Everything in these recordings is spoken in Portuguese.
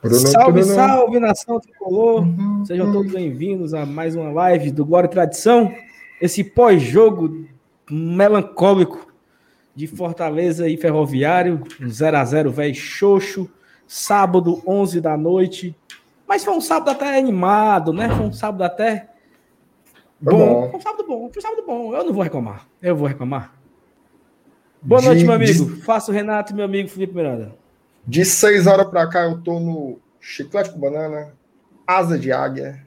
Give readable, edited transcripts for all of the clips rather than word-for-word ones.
Salve, salve, nação tricolor! Sejam todos bem-vindos a mais uma live do Glória e Tradição. Esse pós-jogo melancólico de Fortaleza e Ferroviário, 0x0, velho xoxo, sábado, 11 da noite. Mas foi um sábado até animado, né? Foi um sábado até bom. Foi um sábado bom. Eu não vou reclamar. Eu vou reclamar. Boa noite, meu amigo. Faço o Renato e meu amigo Felipe Miranda. De 6 horas pra cá eu tô no Chiclete com Banana, Asa de Águia,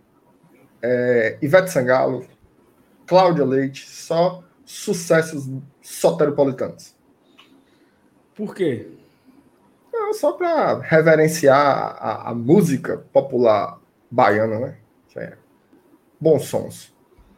Ivete Sangalo, Cláudia Leite, só sucessos soteropolitanos. Por quê? Só para reverenciar a música popular baiana, né? Bons sons.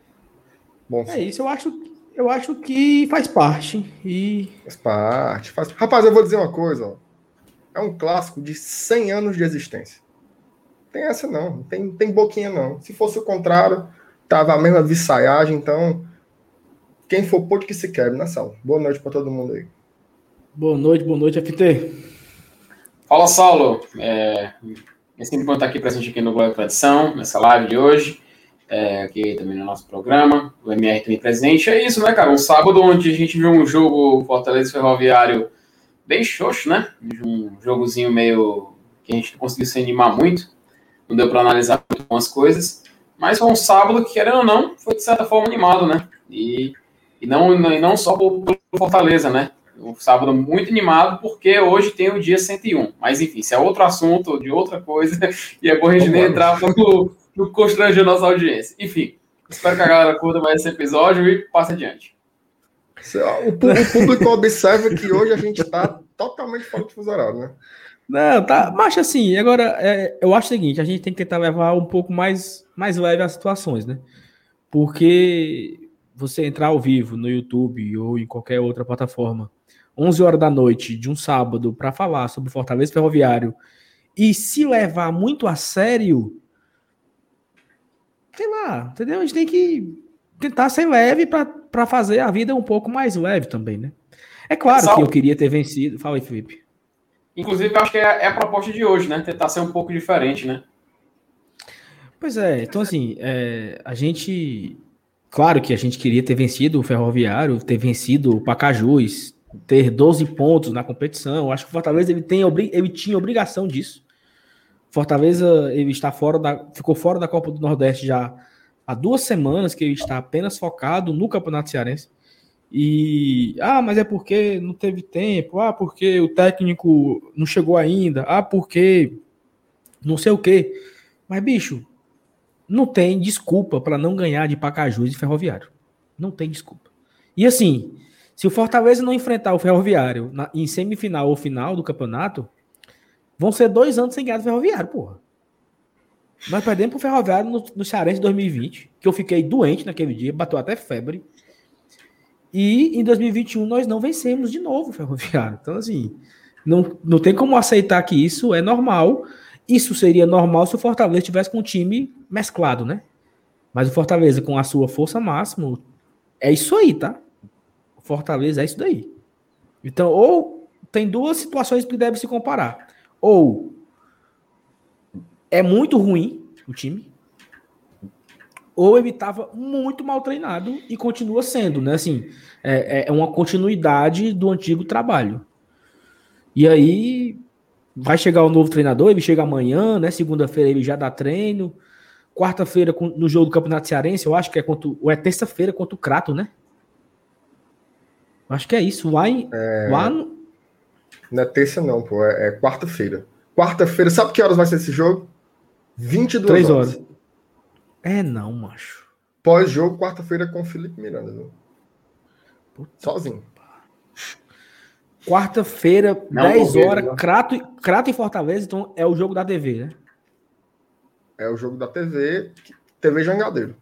Isso, eu acho que faz parte. Faz parte. Rapaz, eu vou dizer uma coisa, ó. É um clássico de 100 anos de existência. Tem essa não, tem boquinha não. Se fosse o contrário, tava a mesma visaiagem, então quem for pôde que se quebre na sala. Boa noite para todo mundo aí. Boa noite, FT. Fala, Saulo. É sempre bom estar aqui presente aqui no Glória e Tradição, nessa live de hoje, aqui também no nosso programa, o MR também presente. É isso, né, cara? Um sábado onde a gente viu um jogo Fortaleza Ferroviário bem xoxo, né? Um jogozinho meio que a gente não conseguiu se animar muito, não deu para analisar muito algumas coisas, mas foi um sábado que, querendo ou não, foi de certa forma animado, né? E não só pelo Fortaleza, né? Um sábado muito animado, porque hoje tem o dia 101. Mas, enfim, isso é outro assunto, de outra coisa, e é bom a gente nem entrar no constranger nossa audiência. Enfim, espero que a galera curta mais esse episódio e passe adiante. O público observa que hoje a gente está totalmente fora de fuso horário, né? Não, tá. Mas assim, agora, eu acho o seguinte, a gente tem que tentar levar um pouco mais leve as situações, né? Porque você entrar ao vivo no YouTube ou em qualquer outra plataforma, 11 horas da noite de um sábado, para falar sobre Fortaleza Ferroviário e se levar muito a sério, sei lá, entendeu? A gente tem que tentar ser leve para fazer a vida um pouco mais leve também, né? É claro que eu queria ter vencido. Fala aí, Felipe. Inclusive, eu acho que é a proposta de hoje, né? Tentar ser um pouco diferente, né? Pois é, então assim, a gente... Claro que a gente queria ter vencido o Ferroviário, ter vencido o Pacajus, ter 12 pontos na competição. Eu acho que o Fortaleza ele tinha obrigação disso. Fortaleza ele ficou fora da Copa do Nordeste já há 2 semanas, que ele está apenas focado no Campeonato Cearense. Mas é porque não teve tempo, porque o técnico não chegou ainda, porque não sei o quê. Mas, bicho, não tem desculpa para não ganhar de Pacajus e Ferroviário. Não tem desculpa. E assim, se o Fortaleza não enfrentar o Ferroviário em semifinal ou final do campeonato, vão ser 2 anos sem ganhar do Ferroviário, porra. Nós perdemos pro Ferroviário no Cearense 2020, que eu fiquei doente naquele dia, bateu até febre. E em 2021 nós não vencemos de novo o Ferroviário. Então, assim, não tem como aceitar que isso é normal. Isso seria normal se o Fortaleza tivesse com um time mesclado, né? Mas o Fortaleza, com a sua força máxima, é isso aí, tá? O Fortaleza é isso daí. Então, ou tem 2 situações que devem se comparar. Ou é muito ruim o time, ou ele estava muito mal treinado e continua sendo, né? Assim, é uma continuidade do antigo trabalho. E aí vai chegar o novo treinador, ele chega amanhã, né? Segunda-feira ele já dá treino. Quarta-feira, no jogo do Campeonato Cearense, eu acho que é terça-feira contra o Crato, né? Acho que é isso. Lá Não é terça não, pô. É quarta-feira. Quarta-feira, sabe que horas vai ser esse jogo? 22 3 horas. Não, macho. Pós-jogo, quarta-feira com o Felipe Miranda, viu? Sozinho. Quarta-feira, 10 horas, Crato e Fortaleza, então é o jogo da TV, né? É o jogo da TV Jangadeiro.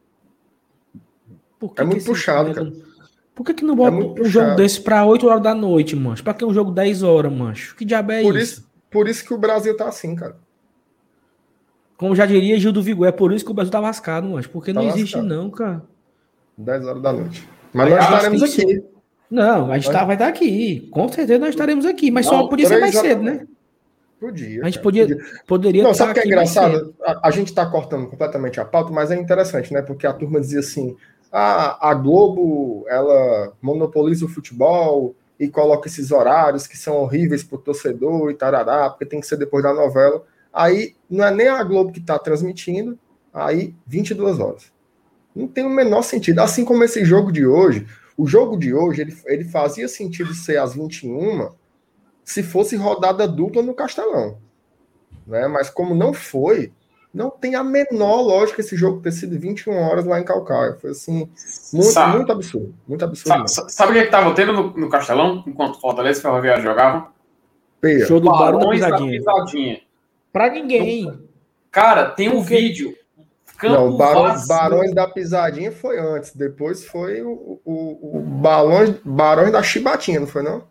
É muito puxado, cara. Por que não bota um jogo desse pra 8 horas da noite, mancho? Pra que um jogo 10 horas, mancho? Que diabo é isso? Por isso que o Brasil tá assim, cara. Como já diria Gil do Vigor, é por isso que o Brasil tá lascado, mancho. Porque tá não lascado. Existe não, cara. 10 horas da noite. Mas nós estaremos aqui. Não, a gente vai estar aqui. Com certeza nós estaremos aqui. Mas só podia ser mais cedo, né? Podia. A gente cara, poderia Não, sabe o que é aqui engraçado? A gente está cortando completamente a pauta, mas é interessante, né? Porque a turma dizia assim: a Globo ela monopoliza o futebol e coloca esses horários que são horríveis para o torcedor e tarará, porque tem que ser depois da novela. Aí não é nem a Globo que está transmitindo, aí 22 horas. Não tem o menor sentido. Assim como esse jogo de hoje, o jogo de hoje ele fazia sentido ser às 21 se fosse rodada dupla no Castelão, né? Mas como não foi, não tem a menor lógica esse jogo ter sido 21 horas lá em Calcaia. Foi assim, muito absurdo. Muito absurdo. Sabe o que estava tendo no Castelão, enquanto Fortaleza e Ferroviário jogavam? Show do Barão da Pisadinha. Pra ninguém. Cara, tem um vídeo. Não, Barões da Pisadinha foi antes. Depois foi o Barões da Chibatinha, não foi, não?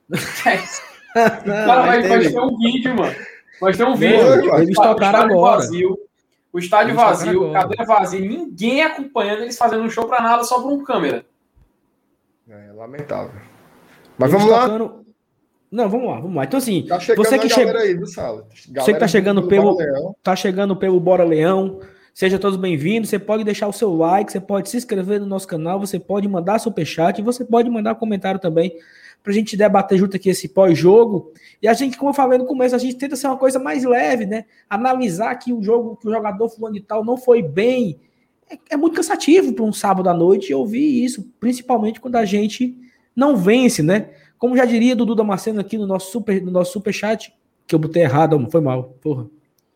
Cara, mas tem um vídeo, mano. Mas tem um vídeo. Eles tocaram agora. O estádio vazio, cadeira vazia, ninguém acompanhando eles fazendo um show pra nada, só por um câmera. É lamentável. Mas vamos lá. Não, vamos lá. Então, assim, tá você que chega aí, viu, Sala? Você que tá chegando pelo Bora Leão, seja todos bem-vindos. Você pode deixar o seu like, você pode se inscrever no nosso canal, você pode mandar superchat e você pode mandar comentário também pra gente debater junto aqui esse pós-jogo. E a gente, como eu falei no começo, a gente tenta ser uma coisa mais leve, né? Analisar que o jogador fulano de tal não foi bem. É muito cansativo para um sábado à noite ouvir isso, principalmente quando a gente não vence, né? Como já diria Dudu Damasceno aqui no nosso superchat, que eu botei errado, foi mal, porra.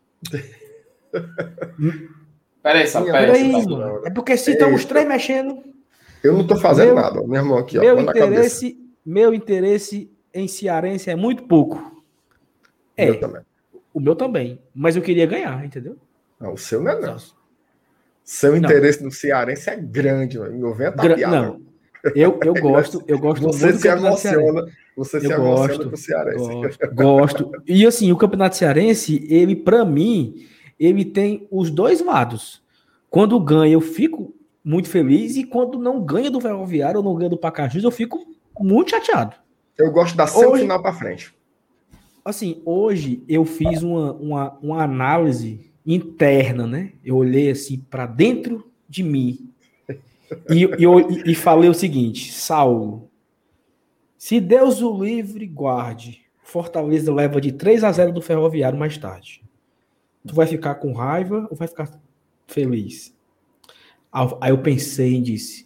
Peraí. É porque se estão os três mexendo... Eu não tô fazendo nada, meu irmão aqui, ó. Meu interesse em cearense é muito pouco. O meu também. Mas eu queria ganhar, entendeu? Não, o seu não é não. Seu interesse no cearense é grande, mano. Meu vento tá piada. Não. Eu gosto você muito do Campeonato Cearense. Você se emociona com o Cearense. Gosto. E assim, o Campeonato Cearense, ele, pra mim, ele tem os dois lados. Quando ganha, eu fico muito feliz, e quando não ganha do Ferroviário ou não ganha do Pacajus, eu fico muito chateado. Eu gosto da semifinal pra frente. Assim, hoje eu fiz uma análise interna, né? Eu olhei assim para dentro de mim e falei o seguinte: Saulo, se Deus o livre, guarde, Fortaleza leva de 3-0 do Ferroviário mais tarde. Tu vai ficar com raiva ou vai ficar feliz? Aí eu pensei e disse: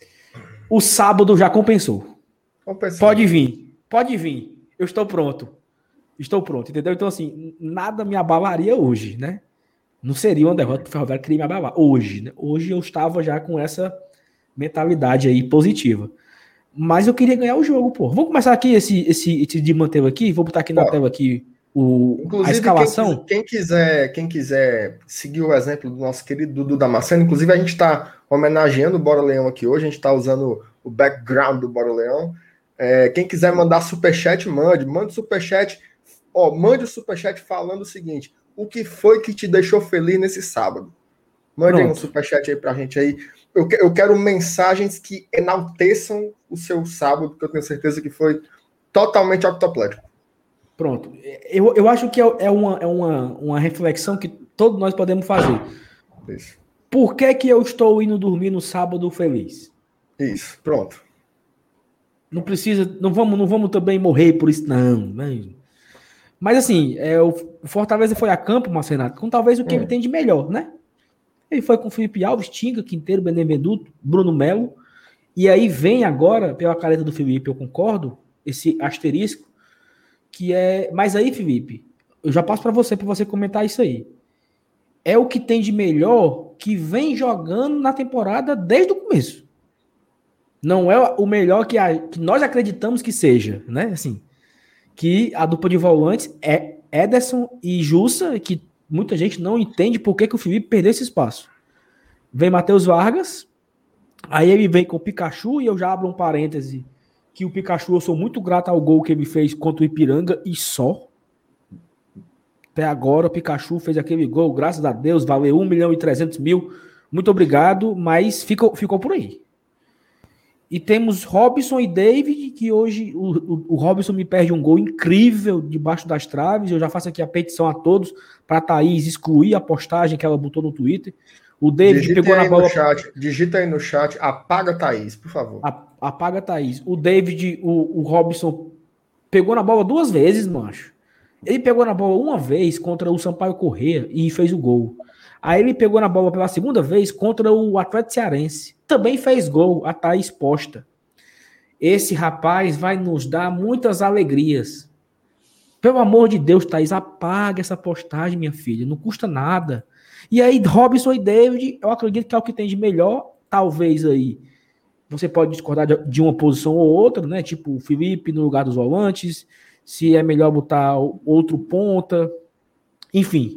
o sábado já compensou. Pode vir. Eu estou pronto, entendeu? Então, assim, nada me abalaria hoje, né? Não seria uma derrota pro Ferroviário que queria me abalar. Hoje, né? Hoje eu estava já com essa mentalidade aí positiva. Mas eu queria ganhar o jogo, pô. Vamos começar aqui esse de manteve aqui. Vou botar aqui na tela aqui a escalação. Quem quiser seguir o exemplo do nosso querido Dudu Damasceno, inclusive a gente está homenageando o Bora Leão aqui hoje, a gente está usando o background do Bora Leão. Quem quiser mandar superchat, mande superchat. Mande o superchat falando o seguinte: o que foi que te deixou feliz nesse sábado? Mande um superchat aí pra gente aí. Eu quero mensagens que enalteçam o seu sábado, porque eu tenho certeza que foi totalmente octoplético. Pronto. Eu acho que é uma reflexão que todos nós podemos fazer. Isso. Por que eu estou indo dormir no sábado feliz? Isso, pronto. Não precisa, não vamos também morrer por isso, não. Mas assim, o Fortaleza foi a campo, Marcenato, com talvez o que ele tem de melhor, né? Ele foi com Felipe Alves, Tinga, Quinteiro, Benevenuto, Bruno Melo, e aí vem agora, pela careta do Felipe, eu concordo, esse asterisco, que é... Mas aí, Felipe, eu já passo para você comentar isso aí. É o que tem de melhor que vem jogando na temporada desde o começo. Não é o melhor que nós acreditamos que seja, né? Assim, que a dupla de volantes é Ederson e Jussa, que muita gente não entende por que o Felipe perdeu esse espaço. Vem Matheus Vargas, aí ele vem com o Pikachu, e eu já abro um parêntese, que o Pikachu, eu sou muito grato ao gol que ele fez contra o Ipiranga, e só. Até agora o Pikachu fez aquele gol, graças a Deus, valeu 1.300.000, muito obrigado, mas ficou por aí. E temos Robson e David, que hoje o Robson me perde um gol incrível debaixo das traves. Eu já faço aqui a petição a todos para a Thaís excluir a postagem que ela botou no Twitter. O David pegou na bola. Digita aí no chat, apaga a Thaís, por favor. Apaga a Thaís. O David, o Robson pegou na bola 2 vezes, mancho. Ele pegou na bola uma vez contra o Sampaio Corrêa e fez o gol. Aí ele pegou na bola pela segunda vez contra o Atlético Cearense. Também fez gol, a Thaís posta. Esse rapaz vai nos dar muitas alegrias. Pelo amor de Deus, Thaís, apaga essa postagem, minha filha. Não custa nada. E aí, Robson e David, eu acredito que é o que tem de melhor. Talvez aí você pode discordar de uma posição ou outra, né? Tipo o Felipe no lugar dos volantes. Se é melhor botar outro ponta. Enfim.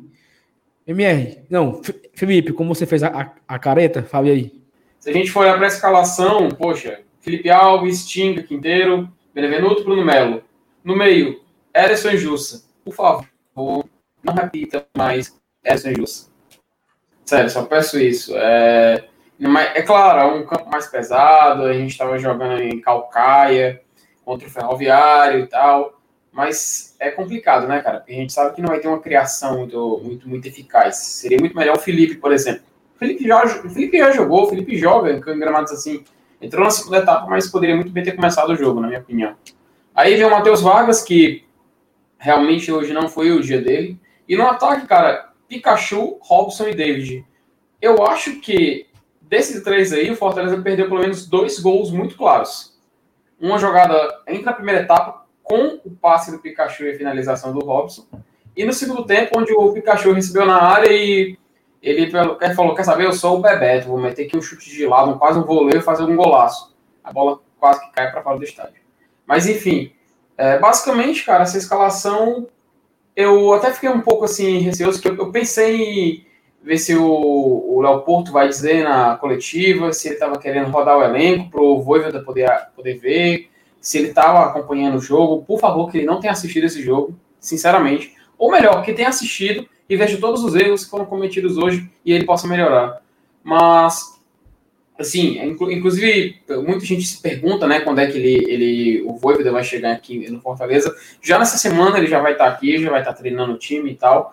MR, não, Felipe, como você fez a careta, fale aí. Se a gente for olhar para a escalação, poxa, Felipe Alves, Tinga, Quinteiro, Benevenuto, Bruno Melo. No meio, Ederson e Jussa. Por favor, não repita mais Ederson e Jussa. Sério, só peço isso. É claro, é um campo mais pesado, a gente estava jogando em Calcaia, contra o Ferroviário e tal. Mas é complicado, né, cara? Porque a gente sabe que não vai ter uma criação muito eficaz. Seria muito melhor o Felipe, por exemplo. O Felipe já jogou, o Felipe joga em gramados assim. Entrou na segunda etapa, mas poderia muito bem ter começado o jogo, na minha opinião. Aí vem o Matheus Vargas, que realmente hoje não foi o dia dele. E no ataque, cara, Pikachu, Robson e David. Eu acho que desses 3 aí, o Fortaleza perdeu pelo menos 2 gols muito claros. Uma jogada entre a primeira etapa, com o passe do Pikachu e a finalização do Robson. E no segundo tempo, onde o Pikachu recebeu na área e ele falou, quer saber, eu sou o Bebeto, vou meter aqui um chute de lado, quase um voleio e fazer um golaço. A bola quase que cai para fora do estádio. Mas enfim, basicamente, cara, essa escalação, eu até fiquei um pouco assim, receoso, que eu pensei em ver se o Léo Porto vai dizer na coletiva, se ele estava querendo rodar o elenco para o Vojvoda poder ver, se ele estava acompanhando o jogo. Por favor, que ele não tenha assistido esse jogo, sinceramente. Ou melhor, que tenha assistido e veja todos os erros que foram cometidos hoje e ele possa melhorar. Mas, assim, inclusive, muita gente se pergunta, né, quando é que o Vojvoda vai chegar aqui no Fortaleza. Já nessa semana ele já vai estar aqui, já vai estar treinando o time e tal.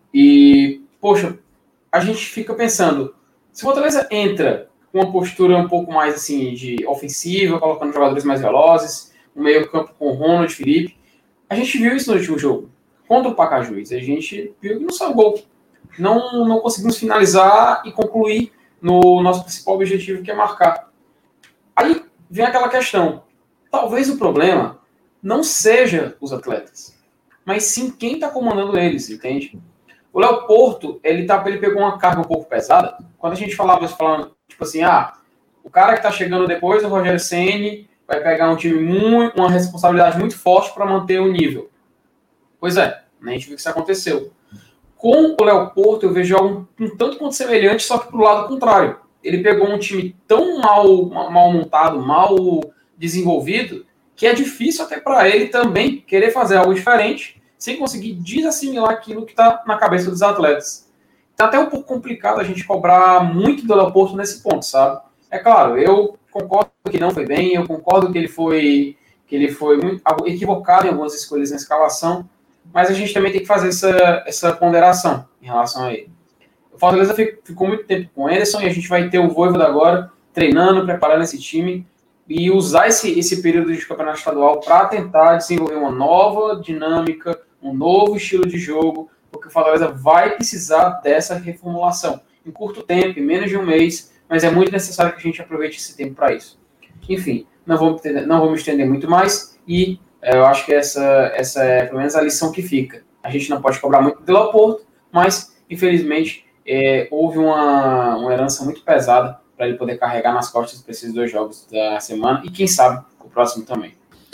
E, poxa, a gente fica pensando, se o Fortaleza entra com uma postura um pouco mais assim de ofensiva, colocando jogadores mais velozes, no meio campo com o Ronald, Felipe, a gente viu isso no último jogo, contra o Pacajus. A gente viu que não saiu gol. Não conseguimos finalizar e concluir no nosso principal objetivo, que é marcar. Aí vem aquela questão. Talvez o problema não seja os atletas, mas sim quem está comandando eles, entende? O Léo Porto, ele pegou uma carga um pouco pesada. Quando a gente falando, tipo assim, o cara que está chegando depois, o Rogério Ceni, vai pegar um time uma responsabilidade muito forte para manter o nível. Pois é, a gente viu que isso aconteceu. Com o Léo Porto, eu vejo algo um tanto quanto semelhante, só que pro lado contrário. Ele pegou um time tão mal montado, mal desenvolvido, que é difícil até para ele também querer fazer algo diferente, sem conseguir desassimilar aquilo que está na cabeça dos atletas. Tá até um pouco complicado a gente cobrar muito do Léo Porto nesse ponto, sabe? É claro, eu concordo que não foi bem, eu concordo que ele foi muito equivocado em algumas escolhas na escalação, mas a gente também tem que fazer essa ponderação em relação a ele. O Fortaleza ficou muito tempo com o Ederson e a gente vai ter o Vojvoda agora treinando, preparando esse time e usar esse período de campeonato estadual para tentar desenvolver uma nova dinâmica, um novo estilo de jogo, porque o Fortaleza vai precisar dessa reformulação em curto tempo, em menos de um mês, mas é muito necessário que a gente aproveite esse tempo para isso. Enfim, não vou me estender muito mais e eu acho que essa é pelo menos a lição que fica. A gente não pode cobrar muito do Léo Porto, mas infelizmente houve uma herança muito pesada para ele poder carregar nas costas para esses 2 jogos da semana e quem sabe o próximo também.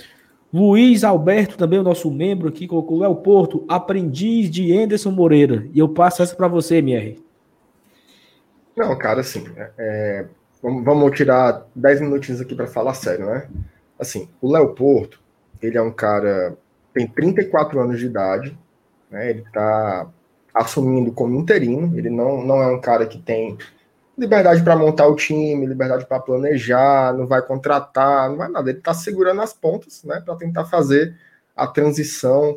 Luiz Alberto, também o nosso membro aqui, colocou Léo Porto, aprendiz de Anderson Moreira. E eu passo essa para você, MR. Não, cara, assim, vamos tirar 10 minutinhos aqui para falar sério, né? Assim, o Léo Porto, ele é um cara, tem 34 anos de idade, né? Ele está assumindo como interino, ele não é um cara que tem liberdade para montar o time, liberdade para planejar, não vai contratar, não vai nada. Ele está segurando as pontas, né, para tentar fazer a transição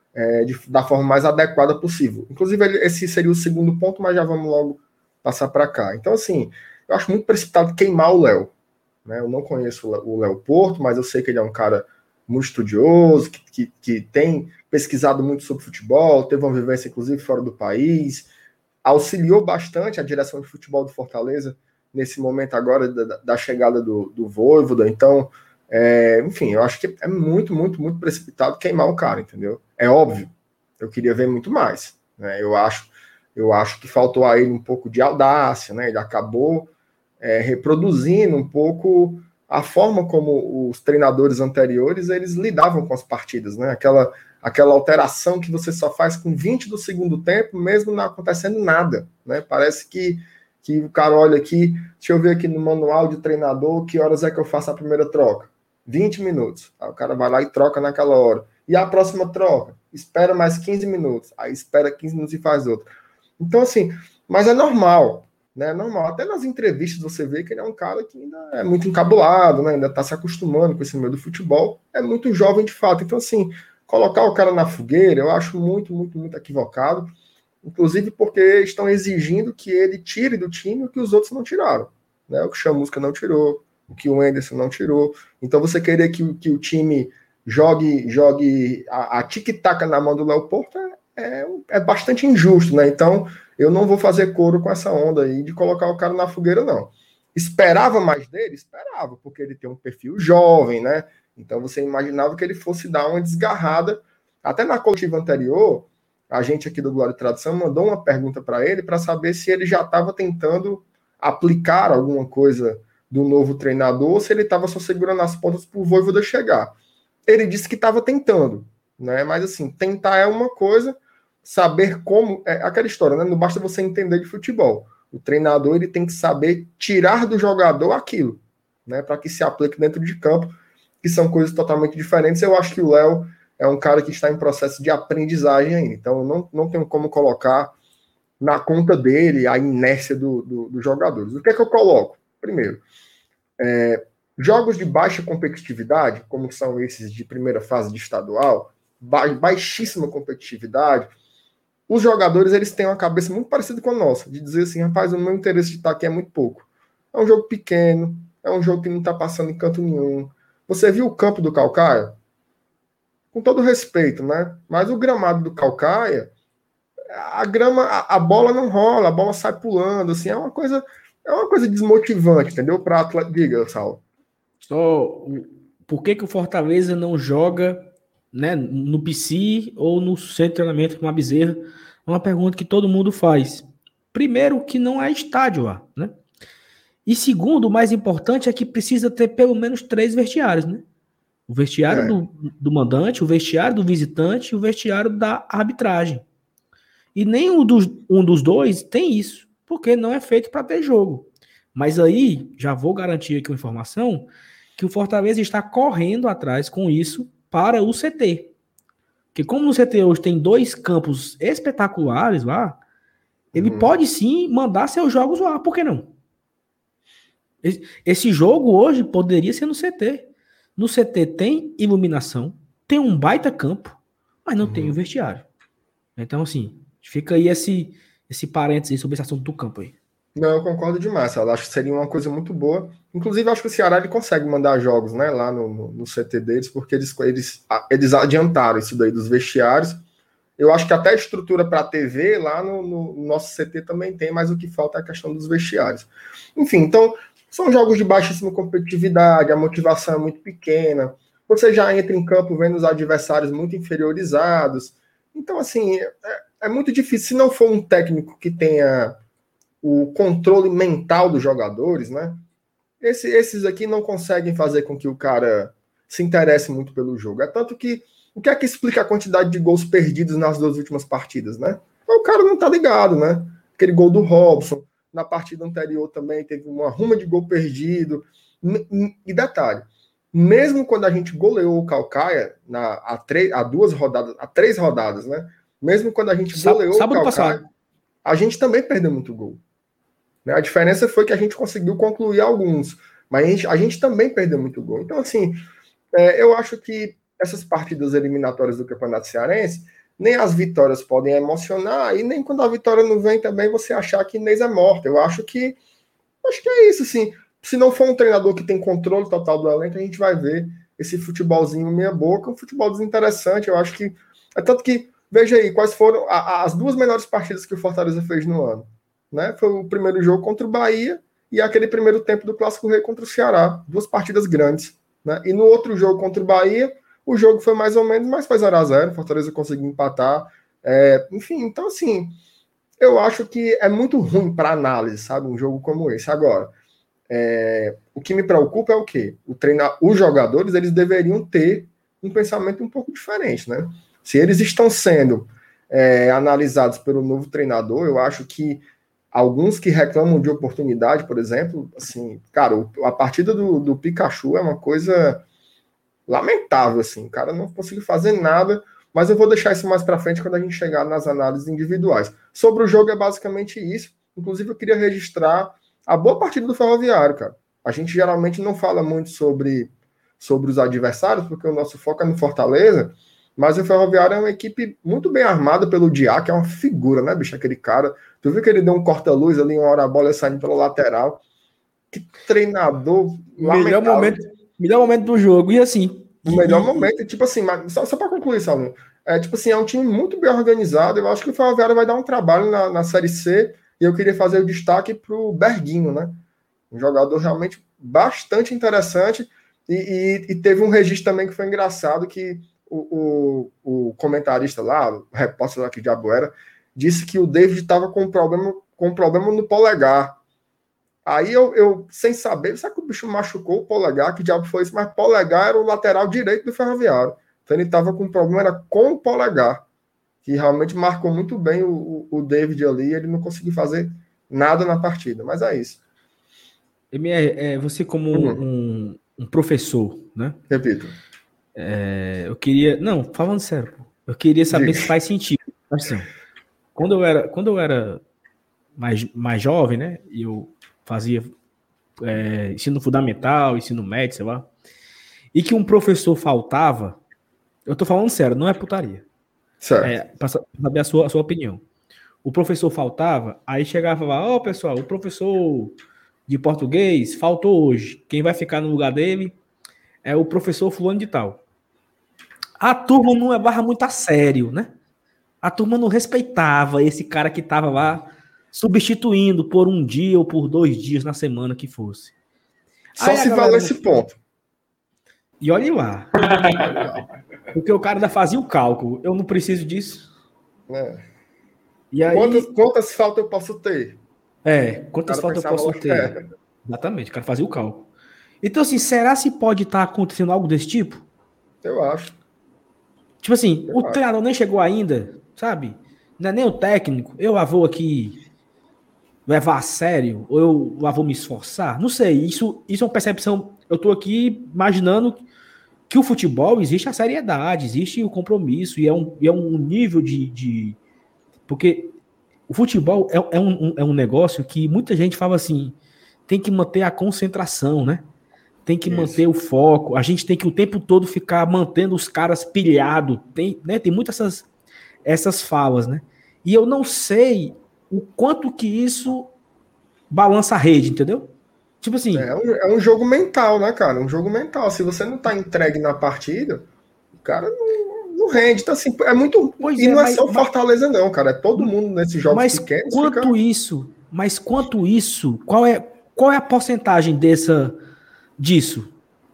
da forma mais adequada possível. Inclusive, esse seria o segundo ponto, mas já vamos logo passar para cá. Então, assim, eu acho muito precipitado queimar o Léo. Né? Eu não conheço o Léo Porto, mas eu sei que ele é um cara muito estudioso, que tem pesquisado muito sobre futebol, teve uma vivência, inclusive, fora do país, auxiliou bastante a direção de futebol do Fortaleza nesse momento agora da chegada do Vojvoda. Então, enfim, eu acho que é muito, muito, muito precipitado queimar o cara, entendeu? É óbvio, eu queria ver muito mais. Né? Eu acho que faltou a ele um pouco de audácia, né? Ele acabou reproduzindo um pouco a forma como os treinadores anteriores eles lidavam com as partidas, né? Aquela alteração que você só faz com 20 do segundo tempo, mesmo não acontecendo nada, né? Parece que o cara olha aqui, deixa eu ver aqui no manual de treinador, que horas é que eu faço a primeira troca? 20 minutos. Aí o cara vai lá e troca naquela hora. E a próxima troca? Espera mais 15 minutos. Aí espera 15 minutos e faz outra. Então, assim, mas é normal, né? É normal. Até nas entrevistas você vê que ele é um cara que ainda é muito encabulado, né? Ainda está se acostumando com esse meio do futebol. É muito jovem de fato. Então, assim, colocar o cara na fogueira, eu acho muito, muito, muito equivocado. Inclusive porque estão exigindo que ele tire do time o que os outros não tiraram. Né? O que o Chamusca não tirou, o que o Anderson não tirou. Então você querer que o time jogue a tic-tac na mão do Léo Porto é bastante injusto, né? Então eu não vou fazer coro com essa onda aí de colocar o cara na fogueira, não. Esperava mais dele? Esperava, porque ele tem um perfil jovem, né? Então você imaginava que ele fosse dar uma desgarrada. Até na coletiva anterior, a gente aqui do Glória e Tradição mandou uma pergunta para ele para saber se ele já estava tentando aplicar alguma coisa do novo treinador ou se ele estava só segurando as pontas para o Vojvoda chegar. Ele disse que estava tentando, né? Mas assim, tentar é uma coisa, saber como... É aquela história, né? Não basta você entender de futebol. O treinador ele tem que saber tirar do jogador aquilo, né? Para que se aplique dentro de campo, que são coisas totalmente diferentes. Eu acho que o Léo é um cara que está em processo de aprendizagem ainda. Então, não tenho como colocar na conta dele a inércia dos jogadores. O que é que eu coloco? Primeiro, jogos de baixa competitividade, como são esses de primeira fase de estadual, baixíssima competitividade, os jogadores eles têm uma cabeça muito parecida com a nossa, de dizer assim, rapaz, o meu interesse de estar aqui é muito pouco. É um jogo pequeno, é um jogo que não está passando em canto nenhum. Você viu o campo do Caucaia? Com todo respeito, né? Mas o gramado do Caucaia, a grama, a bola não rola, a bola sai pulando, assim, é uma coisa desmotivante, entendeu? Para atleta, diga, Saulo. Só por que o Fortaleza não joga, né, no PC ou no centro de treinamento com a Bezerra? É uma pergunta que todo mundo faz. Primeiro, que não é estádio lá, né? E segundo, o mais importante é que precisa ter pelo menos 3 vestiários, né? O vestiário do mandante, o vestiário do visitante e o vestiário da arbitragem. E nem um dos dois tem isso, porque não é feito para ter jogo. Mas aí, já vou garantir aqui uma informação, que o Fortaleza está correndo atrás com isso para o CT. Porque como no CT hoje tem 2 campos espetaculares lá, ele pode sim mandar seus jogos lá, por que não? Esse jogo hoje poderia ser no CT. No CT tem iluminação, tem um baita campo, mas não tem o vestiário. Então, assim, fica aí esse parênteses sobre esse assunto do campo aí. Não, eu concordo demais, eu acho que seria uma coisa muito boa. Inclusive, acho que o Ceará ele consegue mandar jogos, né, lá no CT deles, porque eles adiantaram isso daí dos vestiários. Eu acho que até a estrutura para a TV lá no nosso CT também tem, mas o que falta é a questão dos vestiários. Enfim, então, são jogos de baixíssima competitividade, a motivação é muito pequena, você já entra em campo vendo os adversários muito inferiorizados. Então, assim, é muito difícil. Se não for um técnico que tenha o controle mental dos jogadores, né? Esses aqui não conseguem fazer com que o cara se interesse muito pelo jogo. É tanto que o que é que explica a quantidade de gols perdidos nas 2 últimas partidas, né? O cara não tá ligado, né? Aquele gol do Robson, na partida anterior também teve uma ruma de gol perdido. E detalhe, mesmo quando a gente goleou o Caucaia há 3 rodadas, né? Mesmo quando a gente goleou o Caucaia, a gente também perdeu muito gol. né? A diferença foi que a gente conseguiu concluir alguns, mas a gente também perdeu muito gol. Então, assim, eu acho que essas partidas eliminatórias do Campeonato Cearense, nem as vitórias podem emocionar, e nem quando a vitória não vem também você achar que Inês é morta. Eu acho que é isso, assim. Se não for um treinador que tem controle total do elenco, a gente vai ver esse futebolzinho meia boca, um futebol desinteressante. Eu acho que. É tanto que, veja aí, quais foram as duas melhores partidas que o Fortaleza fez no ano. Né? Foi o primeiro jogo contra o Bahia e aquele primeiro tempo do Clássico Rei contra o Ceará. Duas partidas grandes. Né? E no outro jogo contra o Bahia, o jogo foi mais ou menos, mas foi 0-0. Fortaleza conseguiu empatar. Enfim, então assim, eu acho que é muito ruim para análise, sabe? Um jogo como esse. Agora, o que me preocupa é o quê? Os jogadores, eles deveriam ter um pensamento um pouco diferente, né? Se eles estão sendo analisados pelo novo treinador, eu acho que alguns que reclamam de oportunidade, por exemplo, assim, cara, a partida do Pikachu é uma coisa lamentável, assim, o cara não conseguiu fazer nada, mas eu vou deixar isso mais para frente quando a gente chegar nas análises individuais. Sobre o jogo é basicamente isso, inclusive eu queria registrar a boa partida do Ferroviário, cara. A gente geralmente não fala muito sobre os adversários, porque o nosso foco é no Fortaleza, mas o Ferroviário é uma equipe muito bem armada pelo Diá, que é uma figura, né, bicho, aquele cara. Tu viu que ele deu um corta-luz ali, uma hora a bola saindo pela lateral. Que treinador lamentável. Melhor momento do jogo. E assim... O melhor momento. Tipo assim, só para concluir, Saulo. Tipo assim, é um time muito bem organizado. Eu acho que o Ferroviário vai dar um trabalho na Série C. E eu queria fazer o destaque pro Berguinho, né? Um jogador realmente bastante interessante. E teve um registro também que foi engraçado, que o comentarista lá, o repórter lá que diabo era, disse que o David estava com um problema no polegar. Aí eu sem saber, sabe que o bicho machucou o polegar, que diabo foi isso? Mas polegar era o lateral direito do Ferroviário. Então ele estava com um problema, era com o polegar, que realmente marcou muito bem o David ali, ele não conseguiu fazer nada na partida, mas é isso. Você como um professor, né? Repito. Eu queria... Não, falando sério, eu queria saber se faz sentido. Assim, quando eu era mais jovem, né? E eu fazia ensino fundamental, ensino médio, sei lá, e que um professor faltava, eu tô falando sério, não é putaria. Certo. Para saber a sua opinião. O professor faltava, aí chegava lá, pessoal, o professor de português faltou hoje. Quem vai ficar no lugar dele é o professor fulano de tal. A turma não levava muito a sério, né? A turma não respeitava esse cara que estava lá substituindo por um dia ou por 2 dias na semana que fosse. Só se valeu esse ponto. E olhe lá. Porque o cara ainda fazia o cálculo. Eu não preciso disso. E aí, quantas faltas eu posso ter? Quantas faltas eu posso ter? Exatamente, o cara fazia o cálculo. Então, assim, será se pode estar acontecendo algo desse tipo? Eu acho. Tipo assim, o treinador nem chegou ainda, sabe? Não é nem o técnico. Eu vou aqui levar a sério, ou eu vou me esforçar. Não sei, isso é uma percepção. Eu tô aqui imaginando que o futebol existe a seriedade, existe o compromisso, e é um nível de... Porque o futebol é um negócio que muita gente fala assim, tem que manter a concentração, né? Tem que manter o foco, a gente tem que o tempo todo ficar mantendo os caras pilhados, tem muitas essas falas, né? E eu não sei o quanto que isso balança a rede, entendeu? Tipo assim... É um jogo mental, né, cara? Um jogo mental. Se você não tá entregue na partida, o cara não rende. Então, assim, é muito... não é só o Fortaleza, não, cara. É todo mundo nesses jogos pequenos. Mas quanto isso, qual é a porcentagem disso?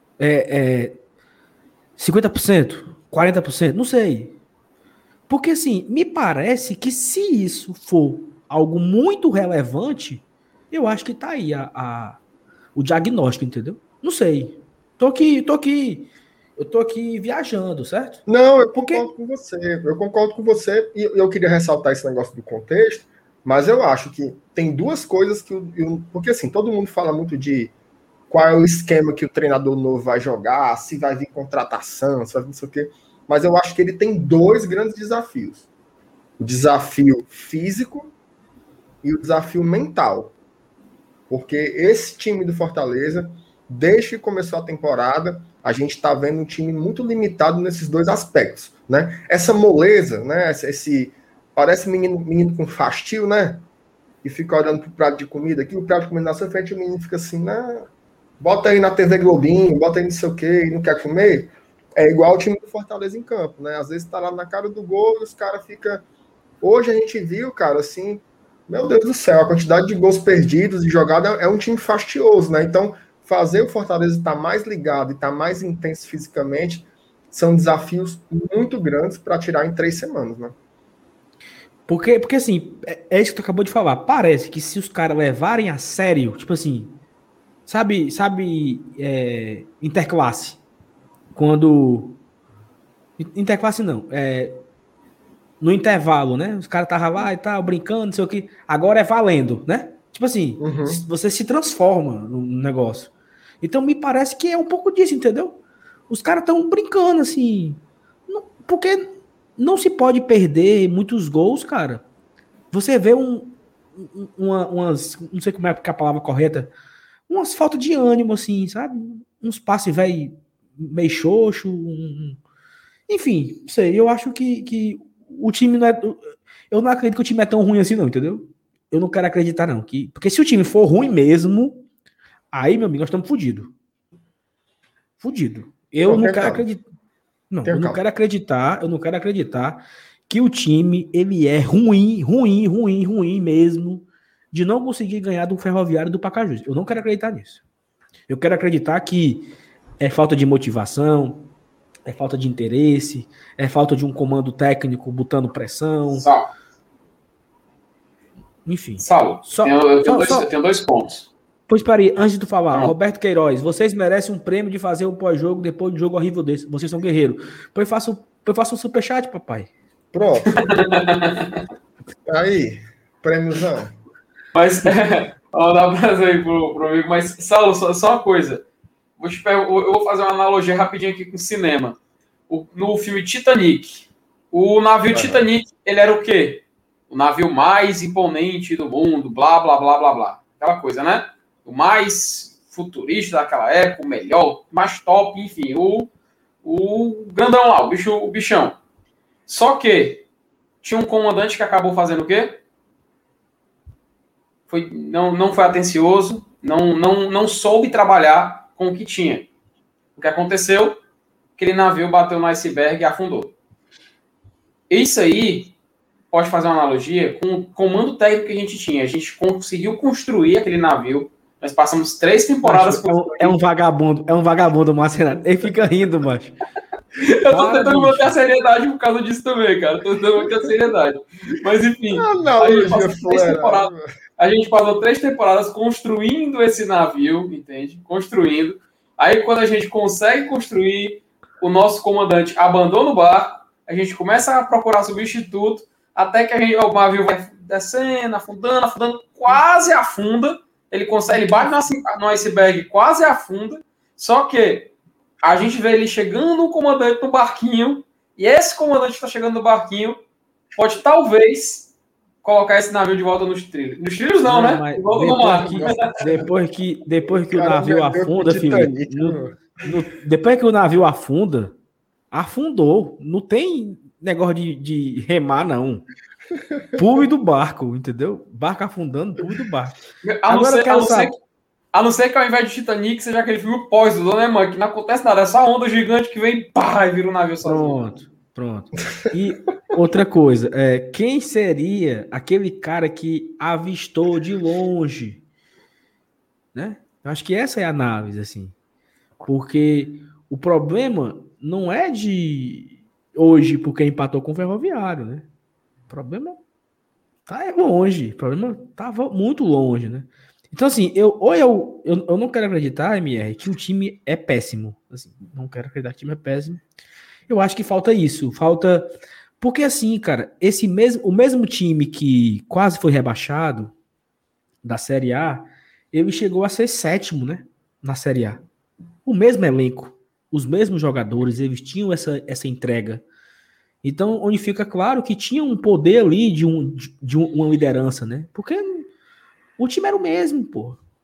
50%? 40%? Não sei. Porque, assim, me parece que se isso for algo muito relevante, eu acho que tá aí o diagnóstico, entendeu? Não sei. Eu tô aqui viajando, certo? Não, eu concordo com você. E eu queria ressaltar esse negócio do contexto, mas eu acho que tem duas coisas que porque, assim, todo mundo fala muito de qual é o esquema que o treinador novo vai jogar, se vai vir contratação, se vai vir não sei o quê. Mas eu acho que ele tem 2 grandes desafios. O desafio físico e o desafio mental. Porque esse time do Fortaleza, desde que começou a temporada, a gente está vendo um time muito limitado nesses dois aspectos, né? Essa moleza, né? Parece menino com fastio, né? E fica olhando pro prato de comida aqui, o prato de comida na sua frente, o menino fica assim, né? Bota aí na TV Globinho, bota aí não sei o quê, e não quer comer. É igual o time do Fortaleza em campo, né? Às vezes tá lá na cara do gol e os caras ficam... Hoje a gente viu, cara, assim, meu Deus do céu, a quantidade de gols perdidos e jogada é um time fastioso, né? Então, fazer o Fortaleza estar mais ligado e estar mais intenso fisicamente são desafios muito grandes para tirar em 3 semanas, né? Porque assim, é isso que tu acabou de falar. Parece que se os caras levarem a sério, tipo assim, sabe, interclasse. Quando. Interclasse não. No intervalo, né? Os caras estavam lá e tal, brincando, não sei o que. Agora é valendo, né? Tipo assim, você se transforma no negócio. Então me parece que é um pouco disso, entendeu? Os caras estão brincando, assim. Porque não se pode perder muitos gols, cara. Você vê umas. Não sei como é a palavra correta. Umas faltas de ânimo, assim, sabe? Uns passes, velho, meio xoxo. Enfim, não sei. Eu acho que o time não é. Eu não acredito que o time é tão ruim assim, não, entendeu? Eu não quero acreditar, não. Porque se o time for ruim mesmo, aí, meu amigo, nós estamos fodidos. Fudido. Eu não quero acreditar. Não, eu não quero acreditar que o time, ele é ruim mesmo, de não conseguir ganhar do Ferroviário e do Pacajus. Eu não quero acreditar nisso. Eu quero acreditar que é falta de motivação, é falta de interesse, é falta de um comando técnico botando pressão. Enfim. Saulo, eu tenho 2 pontos. Pois peraí, antes de tu falar, Roberto Queiroz, vocês merecem um prêmio de fazer um pós-jogo depois de um jogo horrível desse. Vocês são guerreiros. Pois faça um superchat, papai. Pronto. Aí, prêmiozão. Mas, vou dar um prazer aí pro amigo. Mas, Saulo, só uma coisa. Eu vou fazer uma analogia rapidinho aqui com o cinema. No filme Titanic, o navio Titanic, ele era o quê? O navio mais imponente do mundo, blá, blá, blá, blá, blá. Aquela coisa, né? O mais futurista daquela época, o melhor, o mais top, enfim, o grandão lá, o bichão. Só que tinha um comandante que acabou fazendo o quê? Não foi atencioso, não soube trabalhar com o que tinha. O que aconteceu? Aquele navio bateu no iceberg e afundou. Isso aí pode fazer uma analogia com o comando técnico que a gente tinha. A gente conseguiu construir aquele navio. Nós passamos 3 temporadas... É um vagabundo, Marcelo. Ele fica rindo, macho. Eu tô tentando manter a seriedade por causa disso também, cara. Tô tentando manter a seriedade. Mas, enfim, a gente passou 3 temporadas construindo esse navio, entende? Construindo. Aí, quando a gente consegue construir, o nosso comandante abandona o barco, a gente começa a procurar substituto, até que o navio vai descendo, afundando, quase afunda. Ele bate no iceberg, quase afunda. Só que a gente vê ele chegando no comandante no barquinho, e esse comandante que está chegando no barquinho pode talvez colocar esse navio de volta nos trilhos. Nos trilhos não, né? De volta no mar. Depois que o navio afunda, filho. Depois que o navio afundou. Não tem negócio de remar, não. Pule do barco, entendeu? Barco afundando, pule do barco. A não ser que ao invés de Titanic seja aquele filme Poison, né, mano? Que não acontece nada, é só onda gigante que vem e vira um navio sozinho. Pronto. E outra coisa, quem seria aquele cara que avistou de longe? Né? Eu acho que essa é a análise, assim. Porque o problema não é de hoje porque empatou com o Ferroviário, né? O problema tá longe. O problema tava muito longe, né? Então, assim, eu não quero acreditar, MR, que o time é péssimo. Assim, não quero acreditar que o time é péssimo. Eu acho que falta isso. Falta... Porque, assim, cara, o mesmo time que quase foi rebaixado da Série A, ele chegou a ser 7º, né? Na Série A. O mesmo elenco, os mesmos jogadores, eles tinham essa entrega. Então, onde fica claro que tinha um poder ali de uma liderança, né? Porque o time era o mesmo, pô.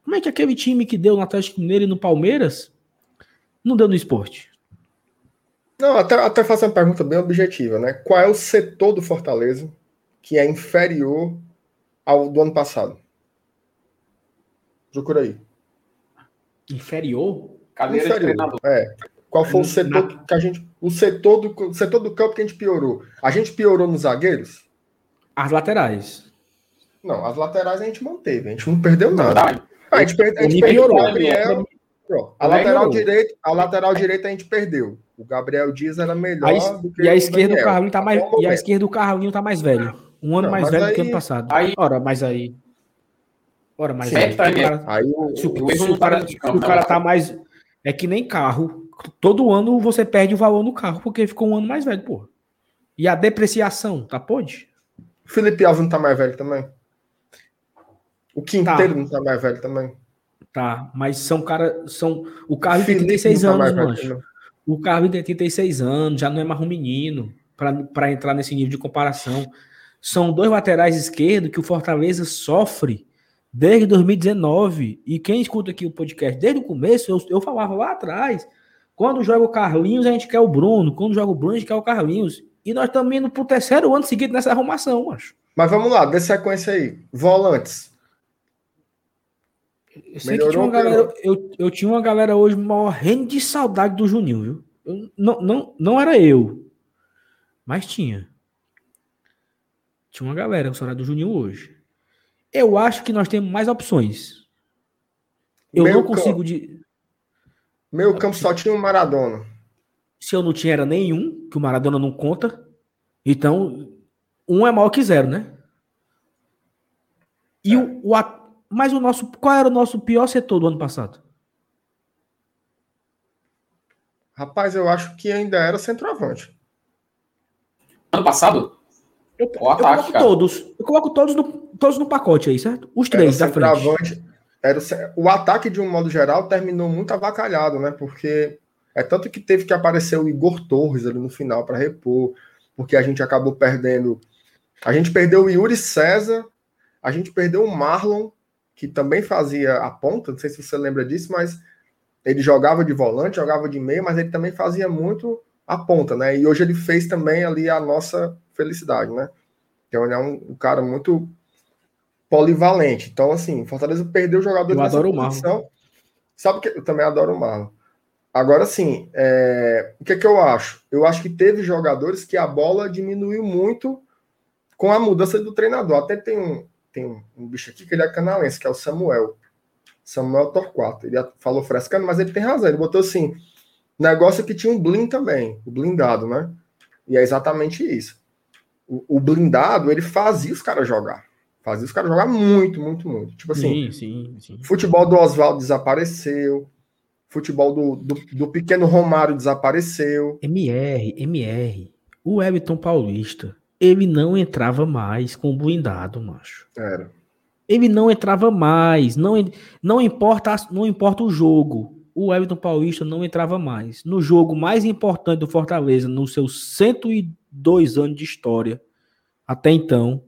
Como é que aquele time que deu no Atlético Mineiro e no Palmeiras não deu no Sport? Não, até faço uma pergunta bem objetiva, né? Qual é o setor do Fortaleza que é inferior ao do ano passado? Procura aí. Inferior? Cadeira de treinador. Qual foi o setor que a gente. O setor do campo que a gente piorou? A gente piorou nos zagueiros? As laterais. Não, as laterais a gente manteve, a gente não perdeu nada. A gente perdeu piorou. o Gabriel. A lateral direita a gente perdeu. O Gabriel Dias era melhor do que e a esquerda do Carlinhos tá mais e a esquerda do Carlinhos tá mais velho. Um ano mais velho do que ano passado. Se o cara tá mais é que nem carro. Todo ano você perde o valor no carro porque ficou um ano mais velho, porra. E a depreciação, tá pode? O Felipe Alves não tá mais velho também? O Quinteiro não tá mais velho também? Tá, mas o Carlos tem 36 anos, mancho. O Carlos tem 36 anos, já não é mais um menino para entrar nesse nível de comparação. São dois laterais esquerdos que o Fortaleza sofre desde 2019. E quem escuta aqui o podcast desde o começo, eu falava lá atrás, quando joga o Carlinhos, a gente quer o Bruno. Quando joga o Bruno, a gente quer o Carlinhos. E nós estamos indo pro terceiro ano seguido nessa arrumação, macho. Mas vamos lá, dê sequência aí. Volantes. Eu sei que tinha uma galera, eu tinha uma galera hoje morrendo de saudade do Juninho, viu? Não era eu, mas tinha. Tinha uma galera com saudade do Juninho hoje. Eu acho que nós temos mais opções. Eu não consigo Meu campo só tinha um Maradona. Se eu não tinha era nenhum, que o Maradona não conta. Então, um é maior que zero, né? E mas qual era o nosso pior setor do ano passado? Rapaz, eu acho que ainda era centroavante. Ano passado? Eu coloco todos no pacote aí, certo? Os três da frente. O ataque, de um modo geral, terminou muito avacalhado, né? Porque tanto que teve que aparecer o Igor Torres ali no final para repor, porque a gente acabou perdendo. A gente perdeu o Yuri César, a gente perdeu o Marlon, que também fazia a ponta, não sei se você lembra disso, mas ele jogava de volante, jogava de meio, mas ele também fazia muito a ponta, né? E hoje ele fez também ali a nossa felicidade, né? Então ele é um cara muito polivalente. Então, assim, Fortaleza perdeu jogadores nessa posição. Sabe que eu também adoro o Marlon. Agora, sim, o que eu acho? Eu acho que teve jogadores que a bola diminuiu muito com a mudança do treinador. Até tem um bicho aqui que ele é canalense, que é o Samuel Torquato. Ele falou frescando, mas ele tem razão. Ele botou assim, negócio que tinha um blind também, o blindado, né? E é exatamente isso. O blindado, ele fazia os caras jogar. Fazia os caras jogar muito, muito, muito. Tipo assim, sim. Futebol do Oswaldo desapareceu. Futebol do pequeno Romário desapareceu. MR. O Everton Paulista, ele não entrava mais com o blindado, macho. Era. Ele não entrava mais. Não importa o jogo. O Everton Paulista não entrava mais. No jogo mais importante do Fortaleza, nos seus 102 anos de história, até então,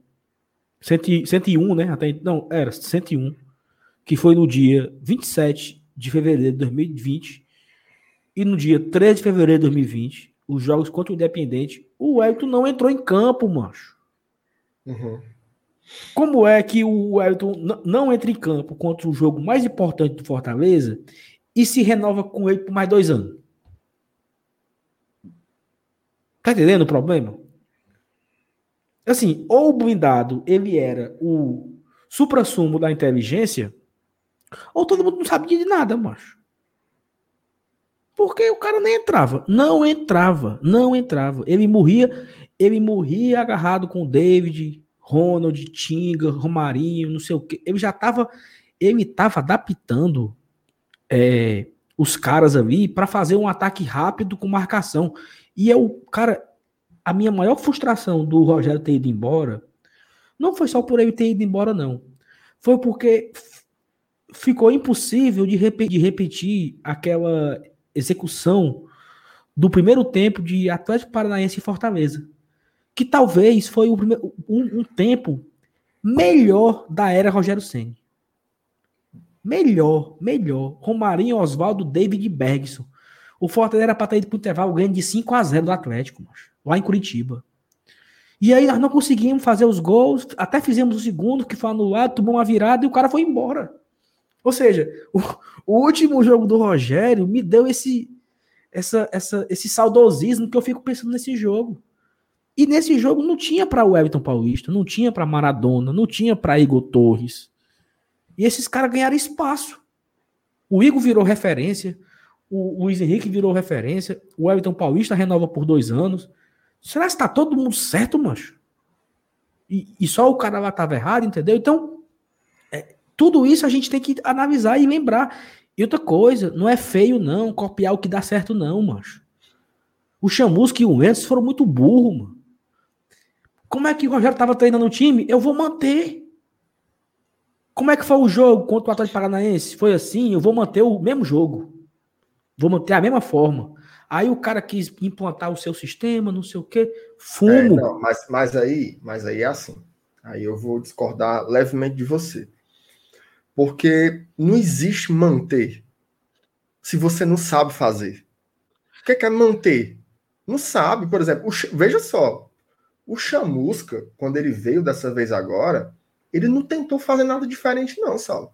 101, né? Era 101, que foi no dia 27 de fevereiro de 2020 e no dia 3 de fevereiro de 2020, os jogos contra o Independente, o Everton não entrou em campo, macho. Uhum. Como é que o Everton não entra em campo contra o jogo mais importante do Fortaleza e se renova com ele por mais 2 anos? Tá entendendo o problema? Assim, ou o blindado, ele era o suprassumo da inteligência, ou todo mundo não sabia de nada, macho. Porque o cara nem entrava. Não entrava. Ele morria agarrado com o David, Ronald, Tinga, Romarinho, não sei o quê. Ele tava adaptando os caras ali para fazer um ataque rápido com marcação. E a minha maior frustração do Rogério ter ido embora não foi só por ele ter ido embora, não. Foi porque ficou impossível de repetir aquela execução do primeiro tempo de Atlético Paranaense e Fortaleza, que talvez foi um tempo melhor da era Rogério Ceni. Melhor. Romarinho, Oswaldo, David e Bergson. O Fortaleza era para ter ido pro intervalo ganhando de 5-0 do Atlético, macho, lá em Curitiba. E aí nós não conseguimos fazer os gols, até fizemos o segundo, que foi anulado, tomou uma virada e o cara foi embora. Ou seja, o último jogo do Rogério me deu esse saudosismo que eu fico pensando nesse jogo. E nesse jogo não tinha para o Everton Paulista, não tinha para Maradona, não tinha para Igor Torres. E esses caras ganharam espaço. O Igor virou referência, o Luiz Henrique virou referência, o Everton Paulista renova por 2 anos. Será que está todo mundo certo, macho? E só o cara lá estava errado, entendeu? Então, tudo isso a gente tem que analisar e lembrar. E outra coisa, não é feio não copiar o que dá certo não, macho. O Chamusca e o Enzo foram muito burros, mano. Como é que o Rogério estava treinando o time? Eu vou manter. Como é que foi o jogo contra o Atlético Paranaense? Foi assim, eu vou manter o mesmo jogo. Vou manter a mesma forma. Aí o cara quis implantar o seu sistema, não sei o quê. Fumo. Não, mas aí é assim. Aí eu vou discordar levemente de você. Porque não existe manter se você não sabe fazer. O que é manter? Não sabe, por exemplo. Veja só. O Chamusca, quando ele veio dessa vez agora, ele não tentou fazer nada diferente não, Saulo.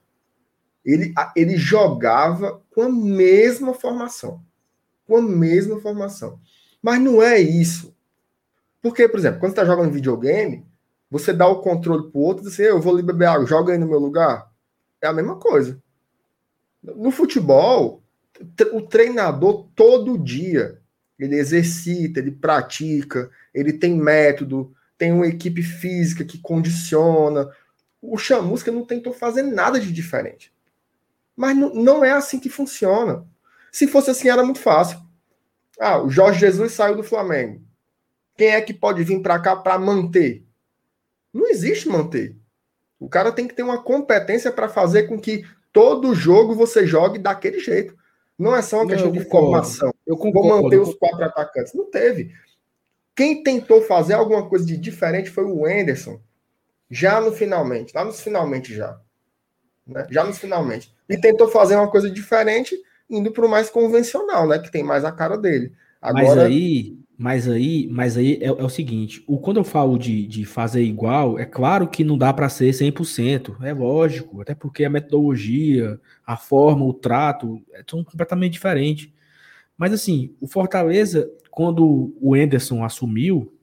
Ele jogava com a mesma formação. Com a mesma formação. Mas não é isso. Porque, por exemplo, quando você está jogando videogame, você dá o controle para o outro e diz assim, eu vou ali beber água, joga aí no meu lugar. É a mesma coisa. No futebol, o treinador todo dia, ele exercita, ele pratica, ele tem método, tem uma equipe física que condiciona. O Chamusca não tentou fazer nada de diferente. Mas não é assim que funciona. Se fosse assim, era muito fácil. O Jorge Jesus saiu do Flamengo. Quem é que pode vir para cá para manter? Não existe manter. O cara tem que ter uma competência para fazer com que todo jogo você jogue daquele jeito. Não é só uma questão de formação. Eu concordo. Vou manter os 4 atacantes. Não teve. Quem tentou fazer alguma coisa de diferente foi o Wenderson. Já no finalmente. Lá nos finalmente já. Né? Já nos finalmente. E tentou fazer uma coisa diferente, indo para o mais convencional, né? Que tem mais a cara dele. Agora... Mas aí é o seguinte, quando eu falo de fazer igual, é claro que não dá para ser 100%, é lógico, até porque a metodologia, a forma, o trato, são completamente diferentes. Mas assim, o Fortaleza, quando o Henderson assumiu,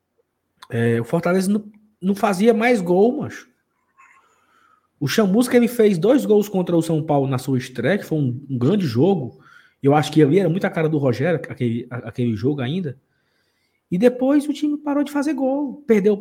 o Fortaleza não fazia mais gol, macho. O Chamusca, ele fez 2 gols contra o São Paulo na sua estreia, que foi um grande jogo. Eu acho que ali era muito a cara do Rogério, aquele jogo ainda. E depois o time parou de fazer gol. Perdeu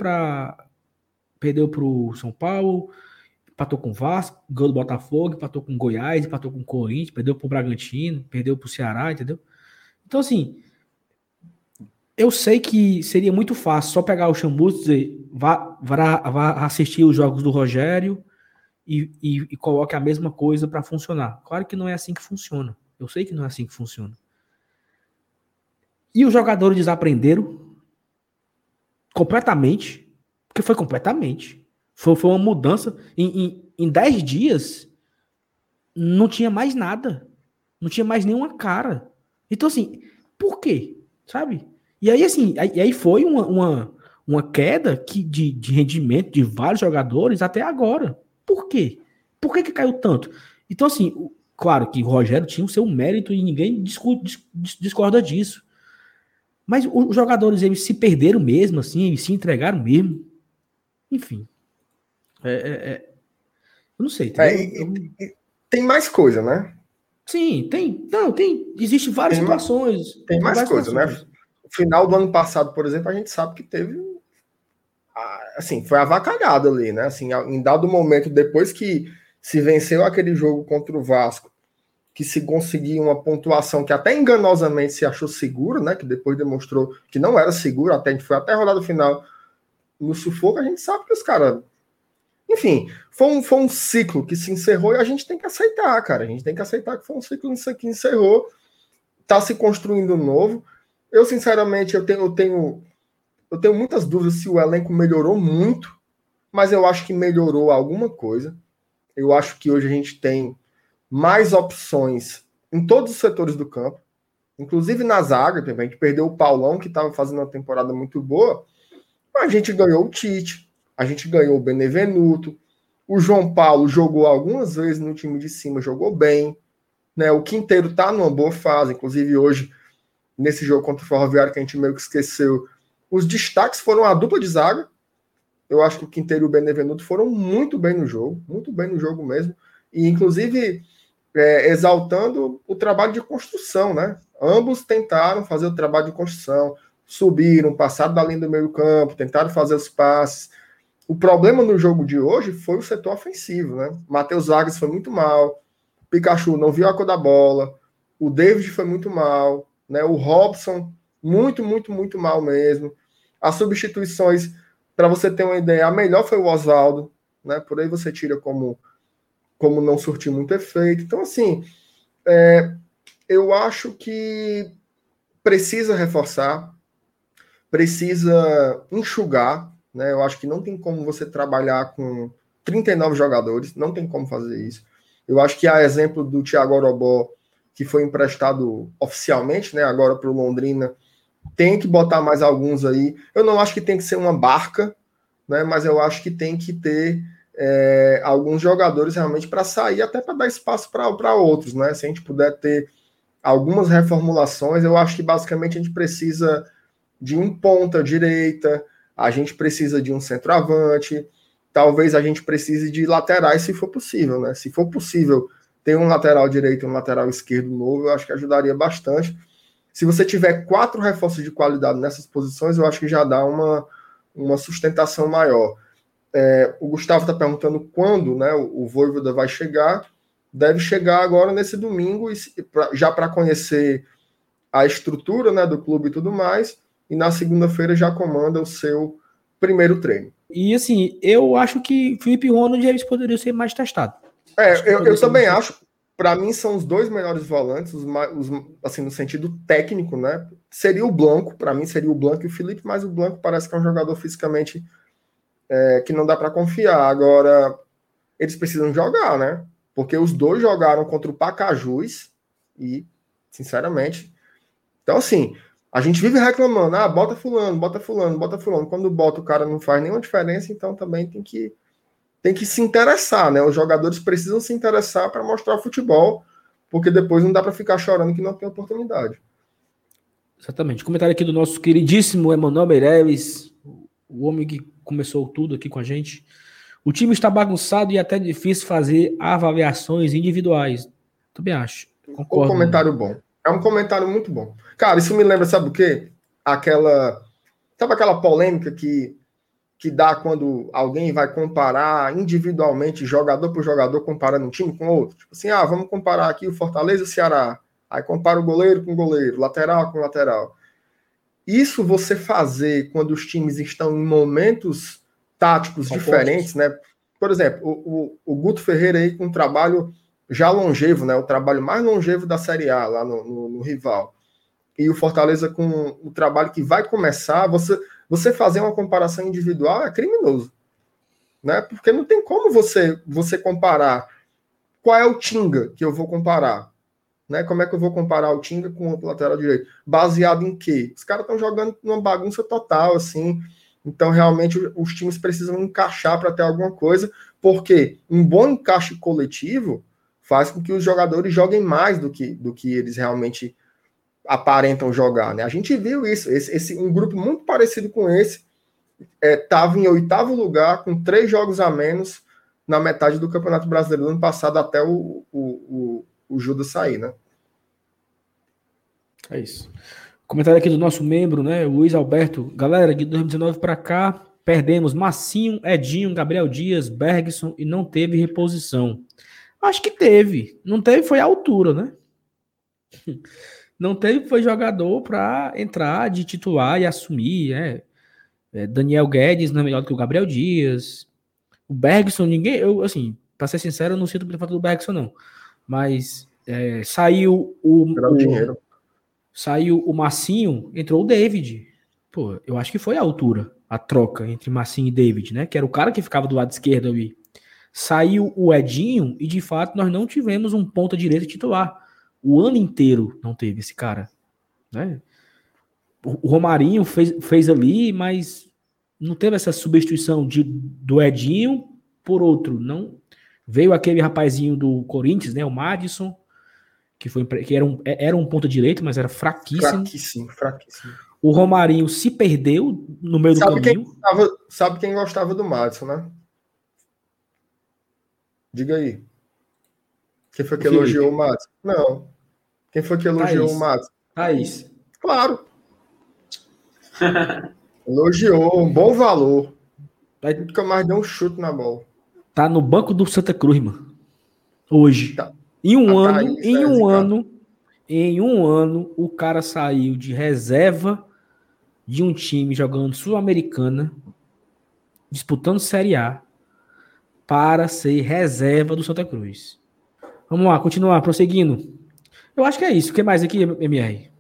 pro São Paulo, empatou com o Vasco, gol do Botafogo, empatou com o Goiás, empatou com o Corinthians, perdeu pro Bragantino, perdeu pro Ceará, entendeu? Então, assim, eu sei que seria muito fácil só pegar o Chamusca e dizer, vá assistir os jogos do Rogério e coloque a mesma coisa para funcionar. Claro que não é assim que funciona. Eu sei que não é assim que funciona. E os jogadores desaprenderam completamente, porque foi completamente. Foi uma mudança. Em 10 dias, não tinha mais nada. Não tinha mais nenhuma cara. Então, assim, por quê? Sabe? E aí, assim, aí foi uma queda de rendimento de vários jogadores até agora. Por quê? Por que caiu tanto? Então, assim, claro que o Rogério tinha o seu mérito e ninguém discorda disso. Mas os jogadores, eles se perderam mesmo, assim, eles se entregaram mesmo. Enfim. Eu não sei. Tem mais coisa, né? Sim, tem. Não, tem. Existem várias situações. Tem mais coisa, né? No final do ano passado, por exemplo, a gente sabe que teve... Assim, foi avacalhado ali, né? Assim, em dado momento, depois que se venceu aquele jogo contra o Vasco, que se conseguiu uma pontuação que até enganosamente se achou seguro, né? Que depois demonstrou que não era seguro, até a gente foi até a rodada final no sufoco, a gente sabe que os caras... Enfim, foi um ciclo que se encerrou e a gente tem que aceitar, cara. A gente tem que aceitar que foi um ciclo que encerrou, tá se construindo um novo. Eu, sinceramente, eu tenho muitas dúvidas se o elenco melhorou muito, mas eu acho que melhorou alguma coisa. Eu acho que hoje a gente tem mais opções em todos os setores do campo, inclusive na zaga. A gente perdeu o Paulão, que estava fazendo uma temporada muito boa, mas a gente ganhou o Tite, a gente ganhou o Benevenuto, o João Paulo jogou algumas vezes no time de cima, jogou bem, né? O Quinteiro tá numa boa fase, inclusive hoje, nesse jogo contra o Ferroviário, que a gente meio que esqueceu, os destaques foram a dupla de zaga. Eu acho que o Quinteiro e o Benevenuto foram muito bem no jogo mesmo, e inclusive exaltando o trabalho de construção, né? Ambos tentaram fazer o trabalho de construção, subiram, passaram da linha do meio campo, tentaram fazer os passes. O problema no jogo de hoje foi o setor ofensivo, né? Matheus Vargas foi muito mal, Pikachu não viu a cor da bola, o David foi muito mal, né? O Robson, muito mal mesmo. As substituições, para você ter uma ideia, a melhor foi o Oswaldo, né? Por aí você tira como não surtiu muito efeito. Então, assim, eu acho que precisa reforçar, precisa enxugar, né? Eu acho que não tem como você trabalhar com 39 jogadores, não tem como fazer isso. Eu acho que a exemplo do Thiago Orobó, que foi emprestado oficialmente, né, agora para o Londrina, tem que botar mais alguns aí. Eu não acho que tem que ser uma barca, né, mas eu acho que tem que ter alguns jogadores realmente para sair, até para dar espaço para outros, né? Se a gente puder ter algumas reformulações, eu acho que basicamente a gente precisa de um ponta direita, a gente precisa de um centroavante, talvez a gente precise de laterais se for possível, né? Se for possível ter um lateral direito e um lateral esquerdo novo, eu acho que ajudaria bastante. Se você tiver 4 reforços de qualidade nessas posições, eu acho que já dá uma sustentação maior. O Gustavo está perguntando quando, né, o Vojvoda vai chegar. Deve chegar agora nesse domingo, já para conhecer a estrutura, né, do clube e tudo mais, e na segunda-feira já comanda o seu primeiro treino. E assim, eu acho que Felipe Ronald e eles poderiam ser mais testados. Eu também acho. Para mim são os 2 melhores volantes, assim, no sentido técnico, né? Seria o Blanco, para mim seria o Blanco e o Felipe, mas o Blanco parece que é um jogador fisicamente que não dá para confiar. Agora, eles precisam jogar, né? Porque os 2 jogaram contra o Pacajus e, sinceramente... Então, assim, a gente vive reclamando, bota fulano. Quando bota, o cara não faz nenhuma diferença, então também tem que se interessar, né? Os jogadores precisam se interessar para mostrar futebol, porque depois não dá para ficar chorando que não tem oportunidade. Exatamente. Comentário aqui do nosso queridíssimo Emanuel Meireles, o homem que começou tudo aqui com a gente. O time está bagunçado e até difícil fazer avaliações individuais. Também acho. Concordo. Um comentário bom. É um comentário muito bom. Cara, isso me lembra, sabe o quê? Sabe aquela polêmica que dá quando alguém vai comparar individualmente, jogador por jogador, comparando um time com outro? Tipo assim, vamos comparar aqui o Fortaleza e o Ceará. Aí compara o goleiro com o goleiro, lateral com lateral. Isso você fazer quando os times estão em momentos táticos diferentes, né? Por exemplo, o Guto Ferreira aí com um trabalho já longevo, né? O trabalho mais longevo da Série A, lá no rival. E o Fortaleza com o trabalho que vai começar, você fazer uma comparação individual é criminoso, né? Porque não tem como você comparar. Qual é o Tinga que eu vou comparar? Né? Como é que eu vou comparar o Tinga com o lateral direito? Baseado em quê? Os caras estão jogando numa bagunça total, assim. Então, realmente, os times precisam encaixar para ter alguma coisa, porque um bom encaixe coletivo faz com que os jogadores joguem mais do que eles realmente aparentam jogar, né? A gente viu isso. Um grupo muito parecido com esse estava em 8º lugar, com 3 jogos a menos na metade do Campeonato Brasileiro do ano passado, até o Judas sair, né? É isso. Comentário aqui do nosso membro, né? Luiz Alberto. Galera, de 2019 para cá, perdemos Massinho, Edinho, Gabriel Dias, Bergson e não teve reposição. Acho que teve. Não teve, foi a altura, né? Não teve, foi jogador para entrar de titular e assumir. Daniel Guedes não é melhor do que o Gabriel Dias. O Bergson, assim, para ser sincero, eu não sinto muita falta do Bergson, não. Mas saiu o Massinho, entrou o David. Pô, eu acho que foi a altura, a troca entre Massinho e David, né? Que era o cara que ficava do lado esquerdo ali, Saiu o Edinho e, de fato, nós não tivemos um ponta-direita titular. O ano inteiro não teve esse cara, né? O Romarinho fez ali, mas não teve essa substituição do Edinho por outro. Não veio aquele rapazinho do Corinthians, né? O Madison, que era um ponta-direita, mas era fraquíssimo. Fraquíssimo. O Romarinho se perdeu no meio do caminho. Sabe quem gostava do Madison, né? Diga aí. Quem foi que elogiou o Madison? Não. Quem foi que elogiou o Madison? Thaís. Claro. Elogiou, um bom valor. Nunca mais deu um chute na bola. Tá no banco do Santa Cruz, mano. Hoje. Tá. Em um ano, o cara saiu de reserva de um time jogando Sul-Americana, disputando Série A, para ser reserva do Santa Cruz. Vamos lá, continuar, prosseguindo. Eu acho que é isso. O que mais aqui, MR?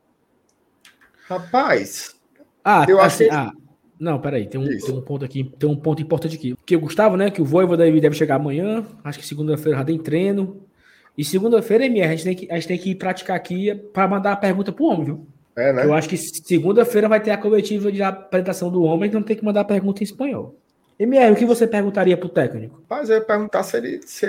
Rapaz... eu acho que... não, peraí, tem um ponto aqui, tem um ponto importante aqui. Que o Gustavo, né, que o Voivoda deve chegar amanhã, acho que segunda-feira já tem treino. E segunda-feira, MR, a gente tem que praticar aqui para mandar a pergunta pro homem, viu? Né? Eu acho que segunda-feira vai ter a coletiva de apresentação do homem, então tem que mandar a pergunta em espanhol. MR, o que você perguntaria pro técnico? Mas eu ia perguntar se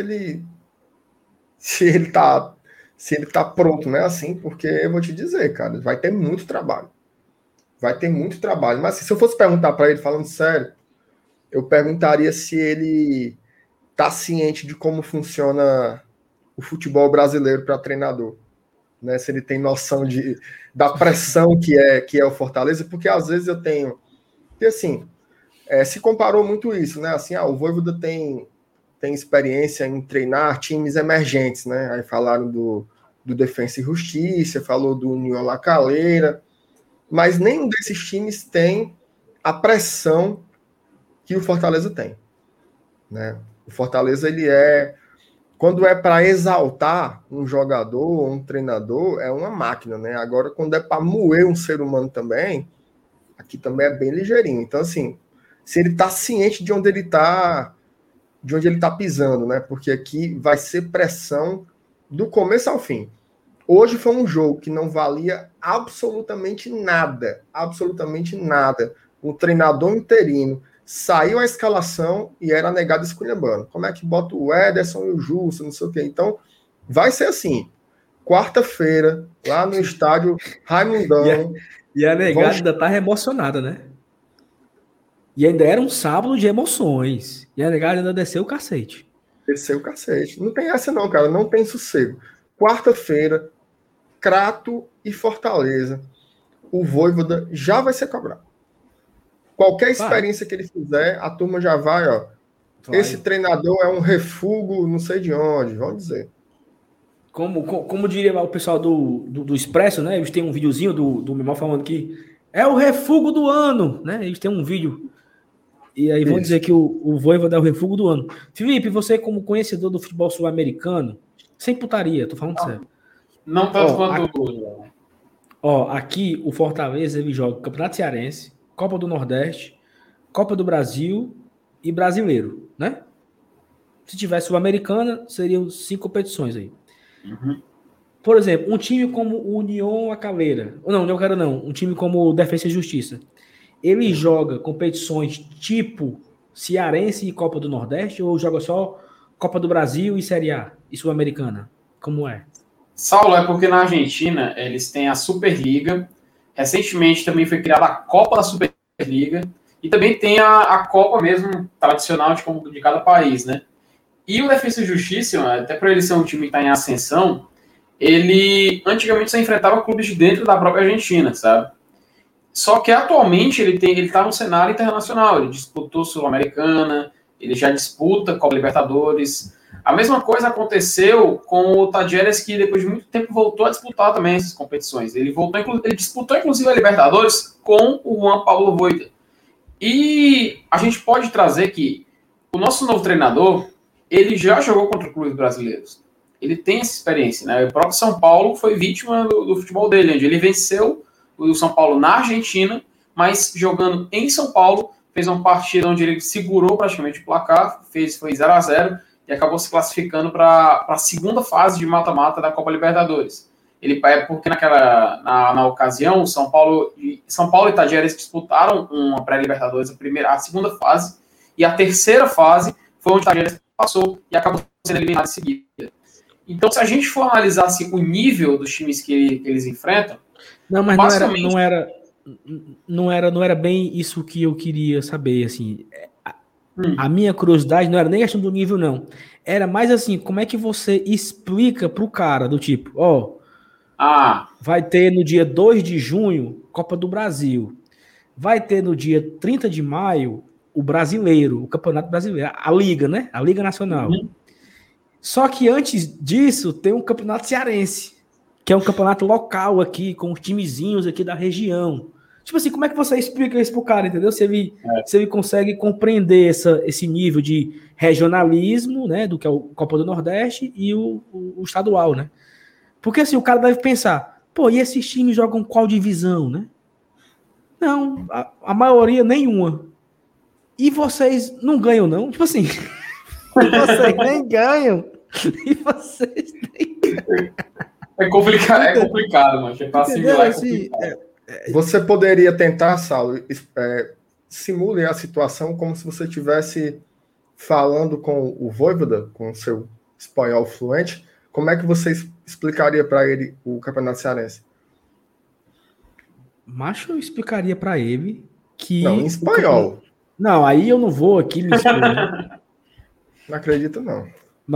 ele tá pronto, né? Assim, porque eu vou te dizer, cara, vai ter muito trabalho. Mas se eu fosse perguntar para ele, falando sério, eu perguntaria se ele tá ciente de como funciona o futebol brasileiro para treinador, né? Se ele tem noção da pressão que é o Fortaleza, porque às vezes eu tenho... Porque assim, se comparou muito isso, né? Assim, o Voivoda tem experiência em treinar times emergentes, né? Aí falaram do Defensa e Justiça, falou do União La Calera, mas nenhum desses times tem a pressão que o Fortaleza tem, né? O Fortaleza, quando é para exaltar um jogador ou um treinador, é uma máquina, né? Agora, quando é para moer um ser humano também, aqui também é bem ligeirinho. Então, assim, se ele está ciente de onde ele está pisando, né? Porque aqui vai ser pressão do começo ao fim. Hoje foi um jogo que não valia absolutamente nada. O treinador interino saiu a escalação e era negado esculhambando. Como é que bota o Ederson e o Justo, não sei o quê. Então, vai ser assim. Quarta-feira, lá no estádio Raimundão. E a negada ainda tá emocionada, né? E ainda era um sábado de emoções. E a negada ainda desceu o cacete. Não tem essa não, cara. Não tem sossego. Quarta-feira, Crato e Fortaleza. O Voivoda já vai ser cobrado. Qualquer experiência que ele fizer, a turma já vai, Esse treinador é um refúgio, não sei de onde, vamos dizer. Como diria o pessoal do Expresso, né? Eles têm um videozinho do Memó falando que é o refúgio do ano, né? Eles têm um vídeo. E aí vão dizer que o Voivoda é o refúgio do ano. Felipe, você como conhecedor do futebol sul-americano, sem putaria, tô falando sério. Não tanto quanto... Aqui o Fortaleza ele joga Campeonato Cearense, Copa do Nordeste, Copa do Brasil e Brasileiro, né? Se tivesse Sul-Americana, seriam 5 competições aí. Uhum. Por exemplo, um time como o União La Calera, um time como o Defensa e Justiça, ele joga competições tipo Cearense e Copa do Nordeste ou joga só Copa do Brasil e Série A e Sul-Americana? Como é? Saulo, é porque na Argentina eles têm a Superliga. Recentemente também foi criada a Copa da Superliga. E também tem a Copa mesmo, tradicional de cada país, né? E o Defensa e Justiça, até por ele ser um time que está em ascensão, ele antigamente só enfrentava clubes de dentro da própria Argentina, sabe? Só que atualmente ele está no cenário internacional. Ele disputou Sul-Americana, ele já disputa Copa Libertadores. A mesma coisa aconteceu com o Tadieres, que depois de muito tempo voltou a disputar também essas competições. Ele disputou inclusive a Libertadores com o Juan Pablo Voivoda. E a gente pode trazer que o nosso novo treinador, ele já jogou contra clubes brasileiros. Ele tem essa experiência, né? O próprio São Paulo foi vítima do futebol dele, onde ele venceu o São Paulo na Argentina, mas jogando em São Paulo fez uma partida onde ele segurou praticamente o placar, foi 0-0 e acabou se classificando para a segunda fase de mata-mata da Copa Libertadores. Porque na ocasião, o São Paulo e Tajeres disputaram uma pré-Libertadores, a segunda fase, e a terceira fase foi onde o Tajeres passou e acabou sendo eliminado em seguida. Então, se a gente for analisar assim, o nível dos times que eles enfrentam... Não, mas não era bem isso que eu queria saber, assim. A minha curiosidade não era nem questão do nível, não. Era mais assim, como é que você explica pro cara do tipo, vai ter no dia 2 de junho Copa do Brasil. Vai ter no dia 30 de maio o Brasileiro, o Campeonato Brasileiro, a Liga, né? A Liga Nacional. Só que antes disso tem um Campeonato Cearense, que é um campeonato local aqui, com os timezinhos aqui da região. Tipo assim, como é que você explica isso pro cara, entendeu? Se ele consegue compreender esse nível de regionalismo, né, do que é o Copa do Nordeste e o estadual, né? Porque assim, o cara deve pensar, pô, e esses times jogam qual divisão, né? Não, a maioria nenhuma. E vocês não ganham, não? Tipo assim, vocês nem ganham. E vocês nem ganham. É complicado, mano. É pra assimilar, assim, Você poderia tentar, Saulo, simule a situação como se você estivesse falando com o Vojvoda, com o seu espanhol fluente. Como é que você explicaria para ele o Campeonato Cearense? Macho, eu explicaria para ele que... Não, em espanhol. Não, aí eu não vou aqui me expor. Né? Não acredito, não. Não.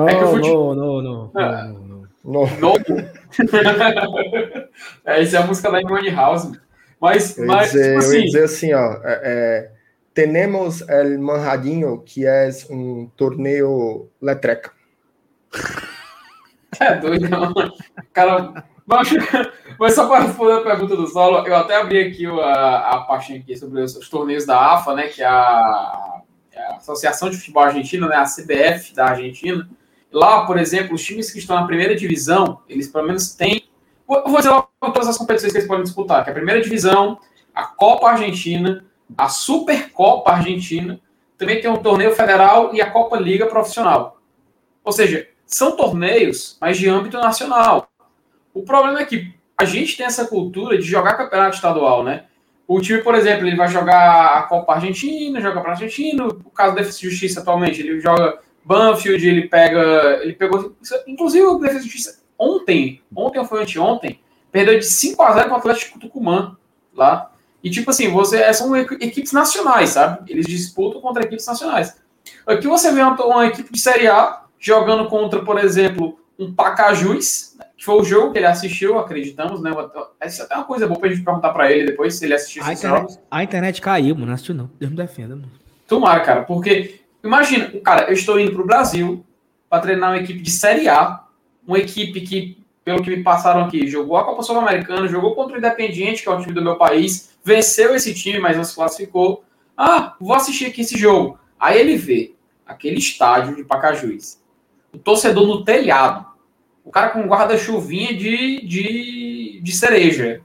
Essa é a música da Imani House. Mas eu ia dizer assim, ó. Tenemos el Manjadinho, que é um torneio letreca. É doido, não. Cara, mas só para responder a pergunta do Saulo, eu até abri aqui a pastinha aqui sobre os torneios da AFA, né, que é a Associação de Futebol Argentina, né, a CBF da Argentina. Lá, por exemplo, os times que estão na primeira divisão, eles pelo menos têm... Eu vou dizer logo todas as competições que eles podem disputar, que é a primeira divisão, a Copa Argentina, a Supercopa Argentina, também tem um torneio federal e a Copa Liga Profissional. Ou seja, são torneios, mas de âmbito nacional. O problema é que a gente tem essa cultura de jogar campeonato estadual, né? O time, por exemplo, ele vai jogar a Copa Argentina, joga para Argentina, o caso da Defesa e Justiça atualmente, ele joga Banfield, ele pegou, inclusive o Defesa e Justiça ontem ou foi anteontem, perdeu de 5-0 para o Atlético Tucumã, lá. E tipo assim, são equipes nacionais, sabe? Eles disputam contra equipes nacionais. Aqui você vê uma equipe de Série A jogando contra, por exemplo, um Pacajus, que foi o jogo que ele assistiu, acreditamos, né? Essa é até uma coisa boa pra gente perguntar pra ele depois, se ele assistiu esses jogos. A internet caiu, mano, não assistiu não. Deus me defenda, mano. Tomara, cara, porque imagina, cara, eu estou indo pro Brasil pra treinar uma equipe de Série A, uma equipe que, pelo que me passaram aqui, jogou a Copa Sul-Americana, jogou contra o Independiente, que é o time do meu país, venceu esse time, mas não se classificou. Vou assistir aqui esse jogo. Aí ele vê aquele estádio de Pacajus, o torcedor no telhado, o cara com guarda-chuvinha de cereja,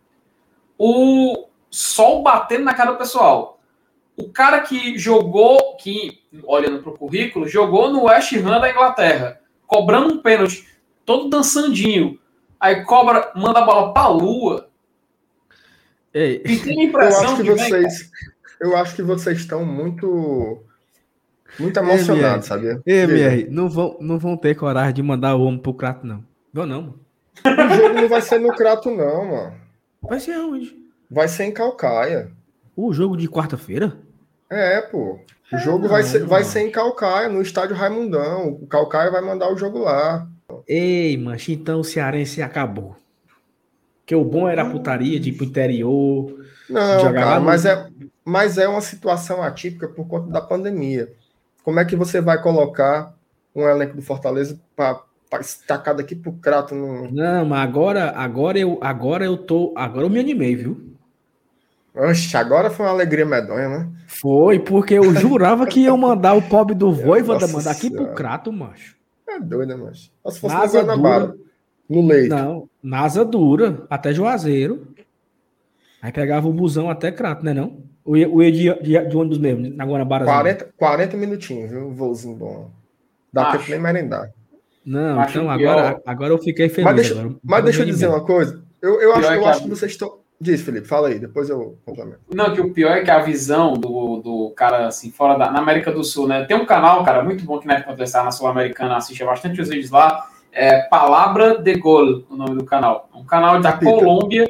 o sol batendo na cara do pessoal, o cara que jogou, olhando para o currículo, jogou no West Ham da Inglaterra, cobrando um pênalti, todo dançandinho, aí manda a bola para a lua. Ei, e tem a impressão eu acho que vocês estão muito emocionado, sabia? MR, não vão ter coragem de mandar o homem pro Crato, não. Vou não, mano. O jogo não vai ser no Crato, não, mano. Vai ser onde? Vai ser em Calcaia. O jogo de quarta-feira? Pô. O jogo vai ser em Calcaia, no estádio Raimundão. O Calcaia vai mandar o jogo lá. Ei, mancha, então o cearense acabou. Porque o bom era a putaria de ir pro interior. Não, cara, mas é uma situação atípica por conta da pandemia. Como é que você vai colocar um elenco do Fortaleza para estacar daqui pro Crato? Não, mas agora eu me animei, viu? Oxe, agora foi uma alegria medonha, né? Foi, porque eu jurava que iam mandar o pobre do Vojvoda mandar aqui pro Crato, macho. É doido, macho. Só se fosse no Guanabara, no leito. Não, na asa dura, até Juazeiro. Aí pegava o busão até Crato, né não? O ia de ônibus mesmo, na Guanabara. 40 minutinhos, viu? Um voozinho bom. Dá tempo nem merendar. Não, então agora eu fiquei feliz. Mas deixa eu dizer uma coisa. Eu acho que vocês estão... Diz, Felipe, fala aí, depois eu complemento. Não, que o pior é que a visão do cara, assim, na América do Sul, né? Tem um canal, cara, muito bom que na época na Sul-Americana, assiste bastante os vídeos lá, Palavra de Gol, o nome do canal. Um canal da Colômbia,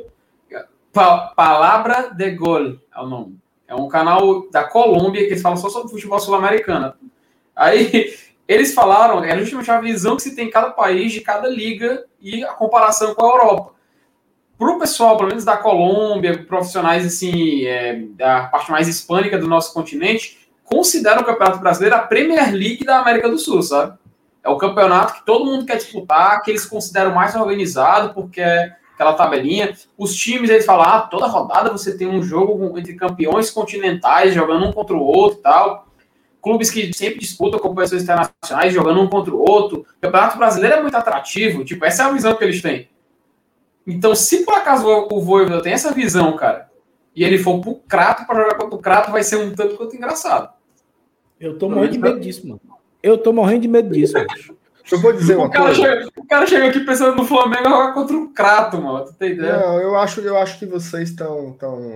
Palavra de Gol é o nome. É um canal da Colômbia que eles falam só sobre futebol sul-americano. Aí, eles falaram, é justamente a visão que se tem em cada país, de cada liga, e a comparação com a Europa. Para o pessoal, pelo menos da Colômbia, profissionais assim, da parte mais hispânica do nosso continente, consideram o Campeonato Brasileiro a Premier League da América do Sul, sabe? É o campeonato que todo mundo quer disputar, que eles consideram mais organizado, porque é aquela tabelinha. Os times, eles falam, toda rodada você tem um jogo entre campeões continentais, jogando um contra o outro e tal. Clubes que sempre disputam competições internacionais, jogando um contra o outro. O Campeonato Brasileiro é muito atrativo, tipo, essa é a visão que eles têm. Então, se por acaso o Voivoda tem essa visão, cara, e ele for pro Crato pra jogar contra o Crato, vai ser um tanto quanto engraçado. Eu tô morrendo de medo disso, mano. Eu tô morrendo de medo disso, bicho. Eu vou dizer uma coisa. O cara chega aqui pensando no Flamengo jogar contra o Crato, mano. Tu tem ideia? Não, eu acho que vocês estão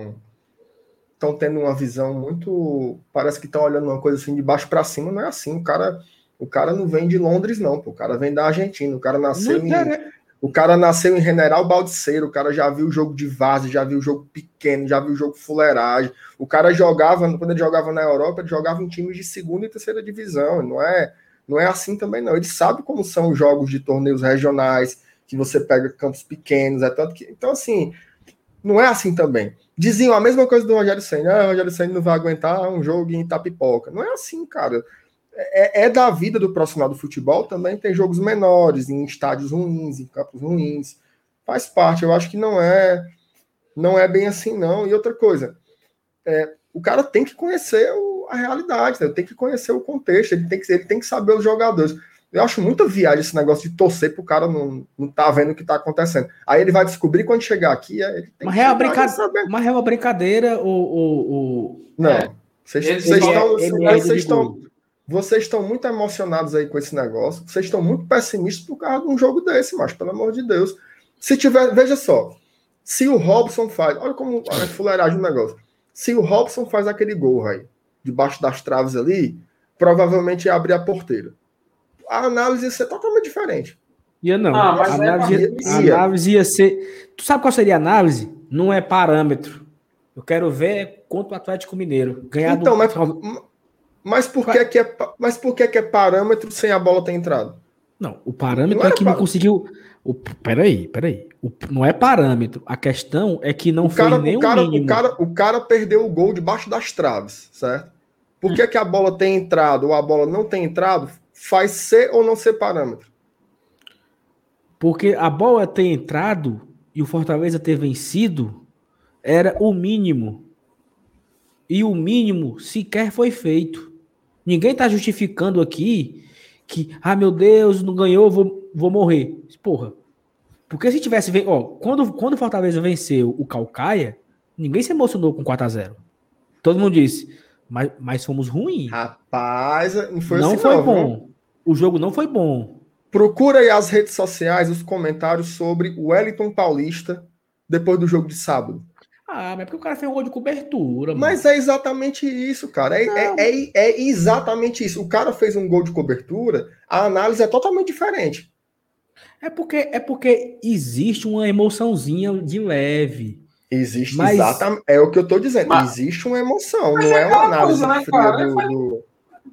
tendo uma visão muito... Parece que estão olhando uma coisa assim de baixo para cima. Não é assim. O cara não vem de Londres, não. Pô. O cara vem da Argentina. O cara nasceu em General Baldiceiro, o cara já viu o jogo de várzea, já viu o jogo pequeno, já viu o jogo fuleiragem. O cara quando ele jogava na Europa, ele jogava em times de segunda e terceira divisão. Não é assim também, não. Ele sabe como são os jogos de torneios regionais, que você pega campos pequenos, então, assim, não é assim também. Diziam a mesma coisa do Rogério Ceni. O Rogério Ceni não vai aguentar um jogo em Itapipoca. Não é assim, cara. É da vida do profissional do futebol, também tem jogos menores, em estádios ruins, em campos ruins. Faz parte, eu acho que não é bem assim, não. E outra coisa, o cara tem que conhecer a realidade, né? Tem que conhecer o contexto, ele tem que saber os jogadores. Eu acho muito viagem esse negócio de torcer pro cara não tá vendo o que tá acontecendo. Aí ele vai descobrir quando chegar aqui, ele tem que saber. Mas é uma brincadeira, Não, vocês estão muito emocionados aí com esse negócio. Vocês estão muito pessimistas por causa de um jogo desse, mas pelo amor de Deus. Veja só. Se o Robson faz... Olha como é fuleiragem o negócio. Se o Robson faz aquele gol aí, debaixo das traves ali, provavelmente ia abrir a porteira. A análise ia ser totalmente diferente. A análise ia ser... Tu sabe qual seria a análise? Não é parâmetro. Eu quero ver contra o Atlético Mineiro. Ganhar então, Mas por que é parâmetro sem a bola ter entrado? Não, o parâmetro é que não conseguiu... Peraí. Não é parâmetro. A questão é que não foi nem o mínimo. O cara perdeu o gol debaixo das traves, certo? Por que a bola tem entrado ou a bola não tem entrado faz ser ou não ser parâmetro? Porque a bola ter entrado e o Fortaleza ter vencido era o mínimo. E o mínimo sequer foi feito. Ninguém está justificando aqui que, meu Deus, não ganhou, vou morrer. Porra. Porque se tivesse... quando o Fortaleza venceu o Caucaia, ninguém se emocionou com 4-0. Todo mundo disse, mas fomos ruins. Rapaz, não foi bom. Viu? O jogo não foi bom. Procura aí as redes sociais, os comentários sobre o Wellington Paulista depois do jogo de sábado. Mas porque o cara fez um gol de cobertura. Mas é exatamente isso, cara. É exatamente isso. O cara fez um gol de cobertura, a análise é totalmente diferente. É porque existe uma emoçãozinha de leve. Existe, exatamente. É o que eu tô dizendo. Existe uma emoção, não é uma análise fria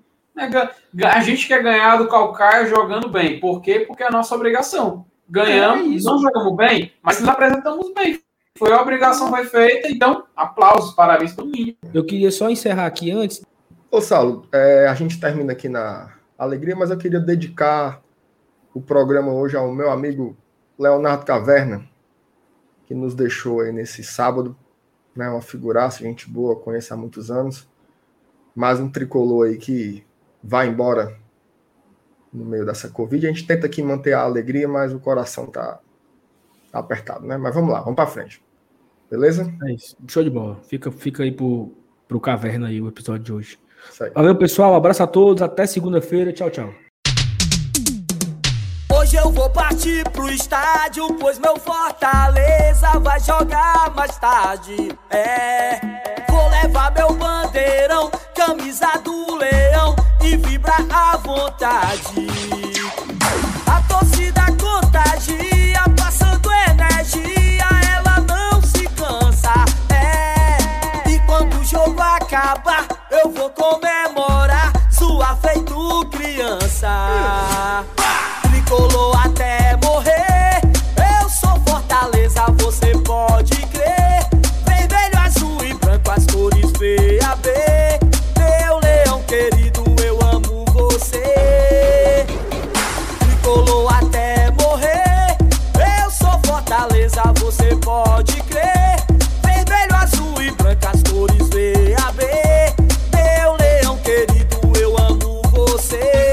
A gente quer ganhar do Caucaia jogando bem. Por quê? Porque é a nossa obrigação. Ganhamos, não jogamos bem, mas nos apresentamos bem. Foi a obrigação, foi feita, então, aplausos, parabéns pelo mínimo. Eu queria só encerrar aqui antes. Ô, Saulo, a gente termina aqui na alegria, mas eu queria dedicar o programa hoje ao meu amigo Leonardo Caverna, que nos deixou aí nesse sábado, né, uma figuraça, gente boa, conheço há muitos anos, mais um tricolor aí que vai embora no meio dessa Covid. A gente tenta aqui manter a alegria, mas o coração tá apertado, né? Mas vamos lá, vamos para frente. Beleza? É isso. Show de bola. Fica aí pro pro Caverna aí o episódio de hoje. Isso aí. Valeu, pessoal. Abraço a todos. Até segunda-feira. Tchau, tchau. Hoje eu vou partir pro estádio, pois meu Fortaleza vai jogar mais tarde. Vou levar meu bandeirão, camisa do leão e vibrar à vontade. A torcida contagia, passando energia, ela não se cansa. E quando o jogo acabar, eu vou comemorar, suar feito criança. Tricolor até morrer, eu sou Fortaleza, você pode crer. Vermelho, azul e branco, as cores VAB. Meu leão querido, eu amo você. Tricolor até morrer, eu sou Fortaleza, você pode crer. Vermelho, azul e branco, as cores VAB. Meu leão querido, eu amo você.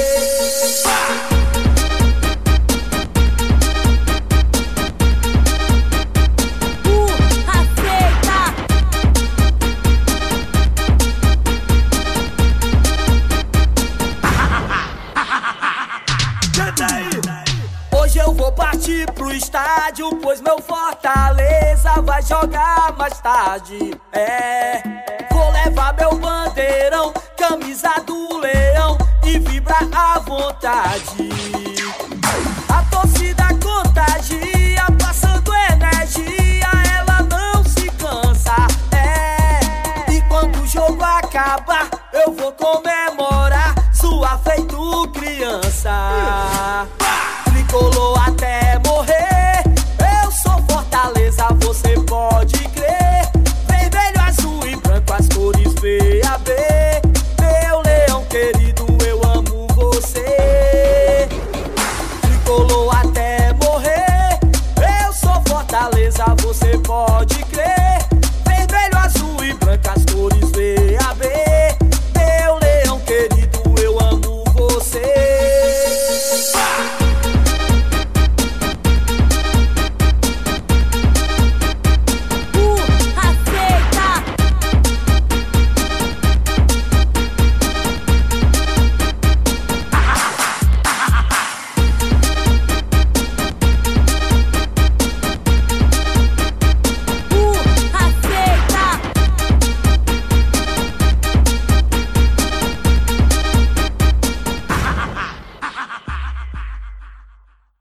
Hoje eu vou partir pro estádio, pois meu Fortaleza vai jogar mais tarde. Vou levar meu bandeirão, camisa do leão e vibrar à vontade. A torcida contagia, passando energia, ela não se cansa. E quando o jogo acabar, eu vou comemorar, suar feito criança. Tricolor até morrer, eu sou Fortaleza, você pode crer. Vermelho, azul e branco, as cores VAB. Meu leão querido, eu amo você. Tricolor até morrer, eu sou Fortaleza, você pode crer. Vermelho, azul e branco, as cores